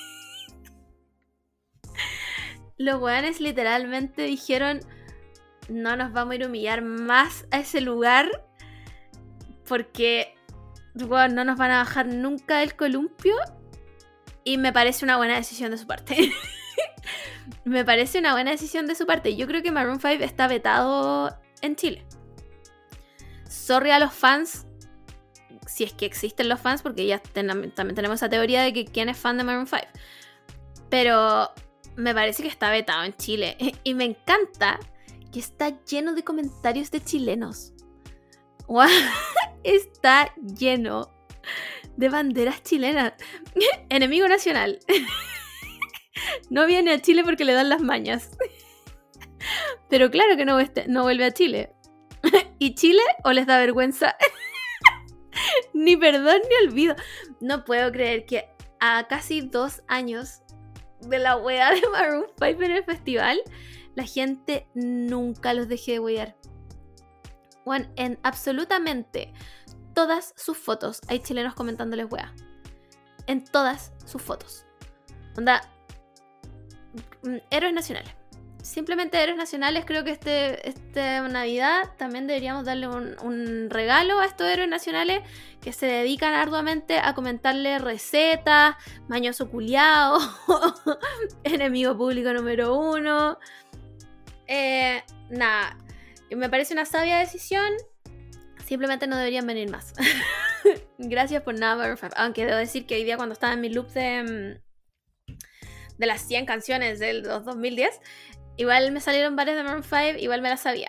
Los weones literalmente dijeron: no nos vamos a ir a humillar más a ese lugar porque bueno, no nos van a bajar nunca del columpio. Y me parece una buena decisión de su parte. Me parece una buena decisión de su parte. Yo creo que Maroon cinco está vetado en Chile. Sorry a los fans, si es que existen los fans, porque ya ten- también tenemos esa teoría de que quién es fan de Maroon cinco. Pero me parece que está vetado en Chile. Y me encanta que está lleno de comentarios de chilenos. Wow. Está lleno de banderas chilenas. Enemigo nacional. No viene a Chile porque le dan las mañas. Pero claro que no, no vuelve a Chile. ¿Y Chile o les da vergüenza? Ni perdón ni olvido. No puedo creer que a casi dos años de la wea de Maroon cinco en el festival, la gente nunca los deje de wear. Bueno, en absolutamente todas sus fotos hay chilenos comentándoles wea. En todas sus fotos. Onda, héroes nacionales. Simplemente héroes nacionales. Creo que este, este Navidad también deberíamos darle un, un regalo a estos héroes nacionales que se dedican arduamente a comentarle recetas, mañoso culiao, enemigo público número uno. Eh, nada, me parece una sabia decisión. Simplemente no deberían venir más. Gracias por nada, Maroon cinco. Aunque debo decir que hoy día, cuando estaba en mi loop de, de las cien canciones del dos mil diez, igual me salieron varias de Maroon cinco, igual me las sabía.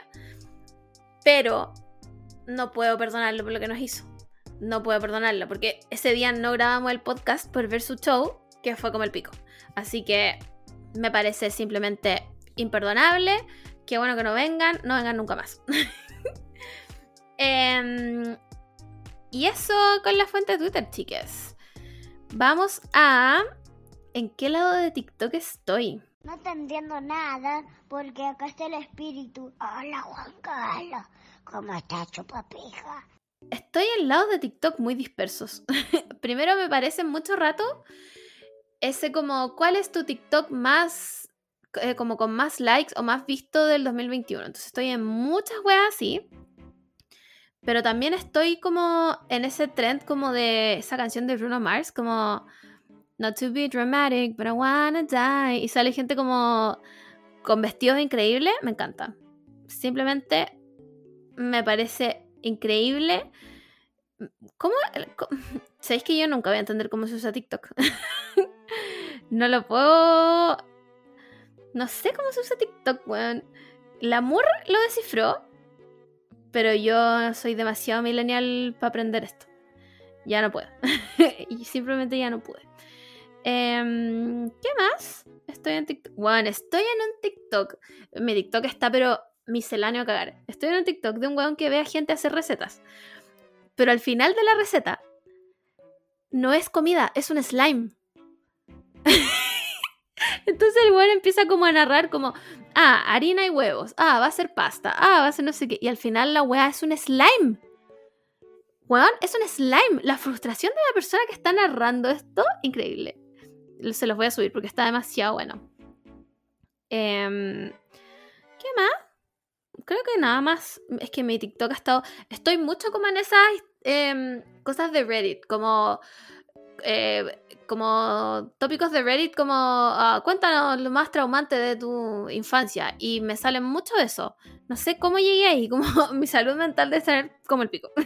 Pero no puedo perdonarlo por lo que nos hizo. No puedo perdonarlo, porque ese día no grabamos el podcast por ver su show, que fue como el pico. Así que me parece simplemente imperdonable. Qué bueno que no vengan, no vengan nunca más. eh, y eso con la fuente de Twitter, chiques. Vamos a... ¿En qué lado de TikTok estoy? No te entiendo nada, porque acá está el espíritu. Hola, Juan Carlos. ¿Cómo estás, chupapija? Estoy en lados de TikTok muy dispersos. Primero, me parece mucho rato ese como, ¿cuál es tu TikTok más, eh, como con más likes o más visto del dos mil veintiuno? Entonces estoy en muchas weas así. Pero también estoy como en ese trend como de esa canción de Bruno Mars, como Not to be dramatic, but I wanna die. Y sale gente como con vestidos increíbles. Me encanta. Simplemente me parece increíble. ¿Cómo? ¿Cómo? ¿Sabéis que yo nunca voy a entender cómo se usa TikTok? No lo puedo... No sé cómo se usa TikTok, weón. Lamour lo descifró, pero yo soy demasiado millennial para aprender esto. Ya no puedo. Y simplemente ya no pude. Eh, ¿Qué más? Estoy en TikTok. Bueno, estoy en un TikTok. Mi TikTok está, pero misceláneo a cagar. Estoy en un TikTok de un weón que ve a gente hacer recetas. Pero al final de la receta no es comida, es un slime. Entonces el weón empieza como a narrar como, ah, harina y huevos, ah, va a ser pasta, ah, va a ser no sé qué. Y al final la weá es un slime. Weón, es un slime. La frustración de la persona que está narrando esto, increíble. Se los voy a subir porque está demasiado bueno. Eh, ¿Qué más? Creo que nada más. Es que mi TikTok ha estado... Estoy mucho como en esas eh, cosas de Reddit. Como... Eh, como tópicos de Reddit. Como... Uh, cuéntanos lo más traumante de tu infancia. Y me salen mucho de eso. No sé cómo llegué ahí. Como mi salud mental debe estar como el pico.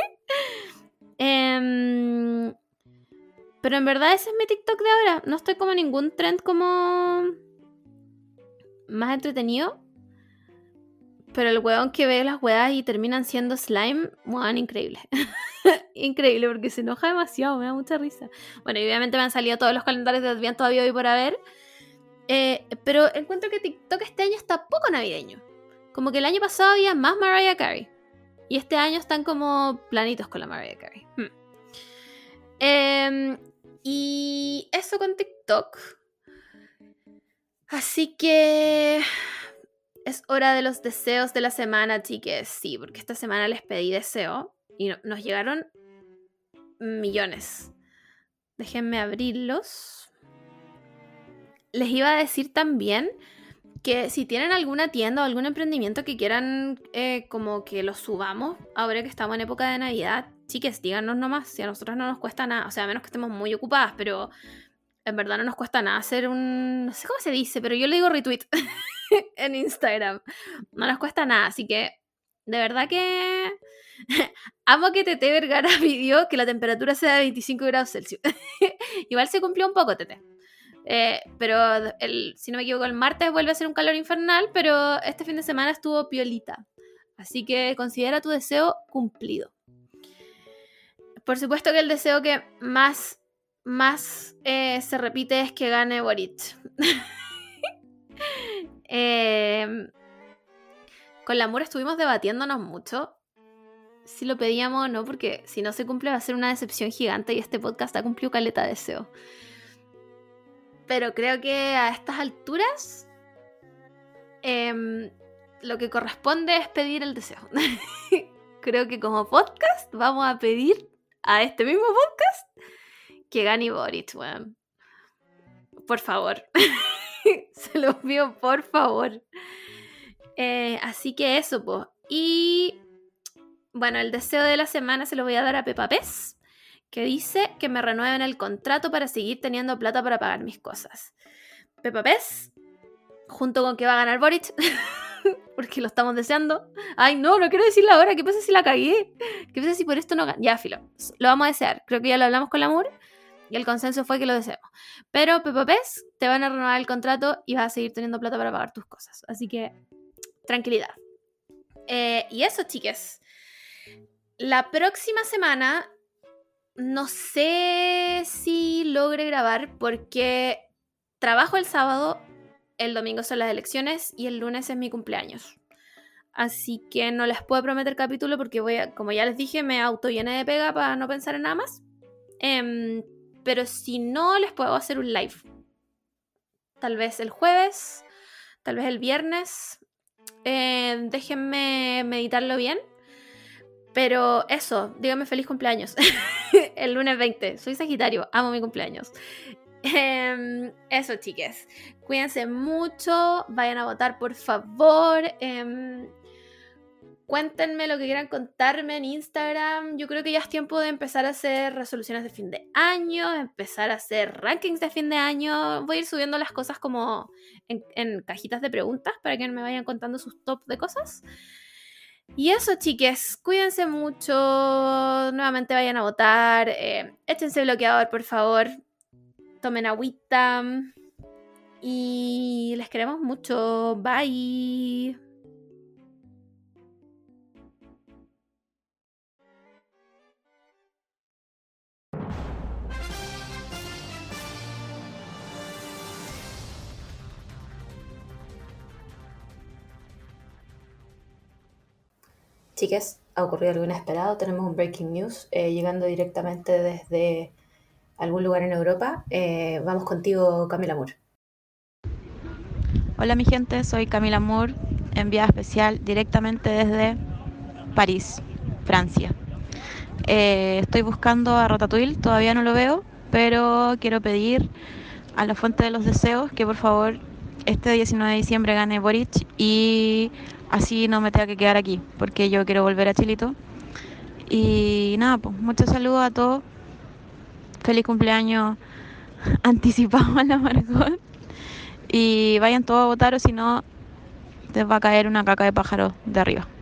eh, pero en verdad ese es mi TikTok de ahora. No estoy como en ningún trend como... más entretenido. Pero el weón que ve las weas y terminan siendo slime, weón, increíble. Increíble, porque se enoja demasiado, me da mucha risa. Bueno, y obviamente me han salido todos los calendarios de Adviento todavía hoy por haber. Eh, pero encuentro que TikTok este año está poco navideño. Como que el año pasado había más Mariah Carey. Y este año están como planitos con la Mariah Carey. Hmm. Eh, y eso con TikTok. Así que... es hora de los deseos de la semana, chiques. Sí, porque esta semana les pedí deseo y no, nos llegaron millones. Déjenme abrirlos. Les iba a decir también que si tienen alguna tienda o algún emprendimiento que quieran eh, como que lo subamos, ahora que estamos en época de Navidad, chiques, díganos nomás. Si a nosotros no nos cuesta nada, o sea, a menos que estemos muy ocupadas, pero en verdad no nos cuesta nada hacer un... no sé cómo se dice, pero yo le digo retweet en Instagram. No nos cuesta nada, así que de verdad que amo que Tete Vergara pidió que la temperatura sea de veinticinco grados Celsius. Igual se cumplió un poco, Tete. Eh, pero el, si no me equivoco, el martes vuelve a ser un calor infernal, pero este fin de semana estuvo piolita. Así que considera tu deseo cumplido. Por supuesto que el deseo que más más eh, se repite es que gane Boric. eh, con Lamour estuvimos debatiéndonos mucho si lo pedíamos o no, porque si no se cumple va a ser una decepción gigante y este podcast ha cumplido caleta de deseo. Pero creo que a estas alturas eh, lo que corresponde es pedir el deseo. Creo que como podcast vamos a pedir a este mismo podcast que gane Boric, weón. Por favor. Se lo pido, por favor. Eh, así que eso, pues. Y bueno, el deseo de la semana se lo voy a dar a Pepa Pez, que dice que me renueven el contrato para seguir teniendo plata para pagar mis cosas. Pepa Pez, junto con que va a ganar Boric, porque lo estamos deseando. Ay, no, no quiero decirlo ahora. ¿Qué pasa si la cagué? ¿Qué pasa si por esto no gana? Ya, filo. Lo vamos a desear. Creo que ya lo hablamos con Lamour. Y el consenso fue que lo deseamos. Pero, Pepa Pez, te van a renovar el contrato y vas a seguir teniendo plata para pagar tus cosas. Así que, tranquilidad. Eh, y eso, chiques. La próxima semana, no sé si logre grabar porque trabajo el sábado, el domingo son las elecciones y el lunes es mi cumpleaños. Así que no les puedo prometer capítulo porque voy a, como ya les dije, me autollené de pega para no pensar en nada más. Eh, Pero si no, les puedo hacer un live. Tal vez el jueves, tal vez el viernes. Eh, déjenme meditarlo bien. Pero eso, díganme feliz cumpleaños. El lunes veinte. Soy Sagitario, amo mi cumpleaños. Eh, eso, chiques. Cuídense mucho. Vayan a votar, por favor. Eh, Cuéntenme lo que quieran contarme en Instagram. Yo creo que ya es tiempo de empezar a hacer resoluciones de fin de año, empezar a hacer rankings de fin de año. Voy a ir subiendo las cosas como en, en cajitas de preguntas para que me vayan contando sus top de cosas. Y eso, chiques, cuídense mucho. Nuevamente vayan a votar. Eh, échense bloqueador, por favor. Tomen agüita. Y les les queremos mucho. Bye. Chicas, ha ocurrido algo inesperado. Tenemos un breaking news eh, llegando directamente desde algún lugar en Europa. Eh, vamos contigo, Camila Moore. Hola mi gente, soy Camila Moore, enviada especial directamente desde París, Francia. Eh, estoy buscando a Ratatouille, todavía no lo veo, pero quiero pedir a la fuente de los deseos que por favor este diecinueve de diciembre gane Boric y así no me tenga que quedar aquí, porque yo quiero volver a Chilito. Y nada, pues muchos saludos a todos. Feliz cumpleaños anticipado a la Margot. Y vayan todos a votar o si no, les va a caer una caca de pájaro de arriba.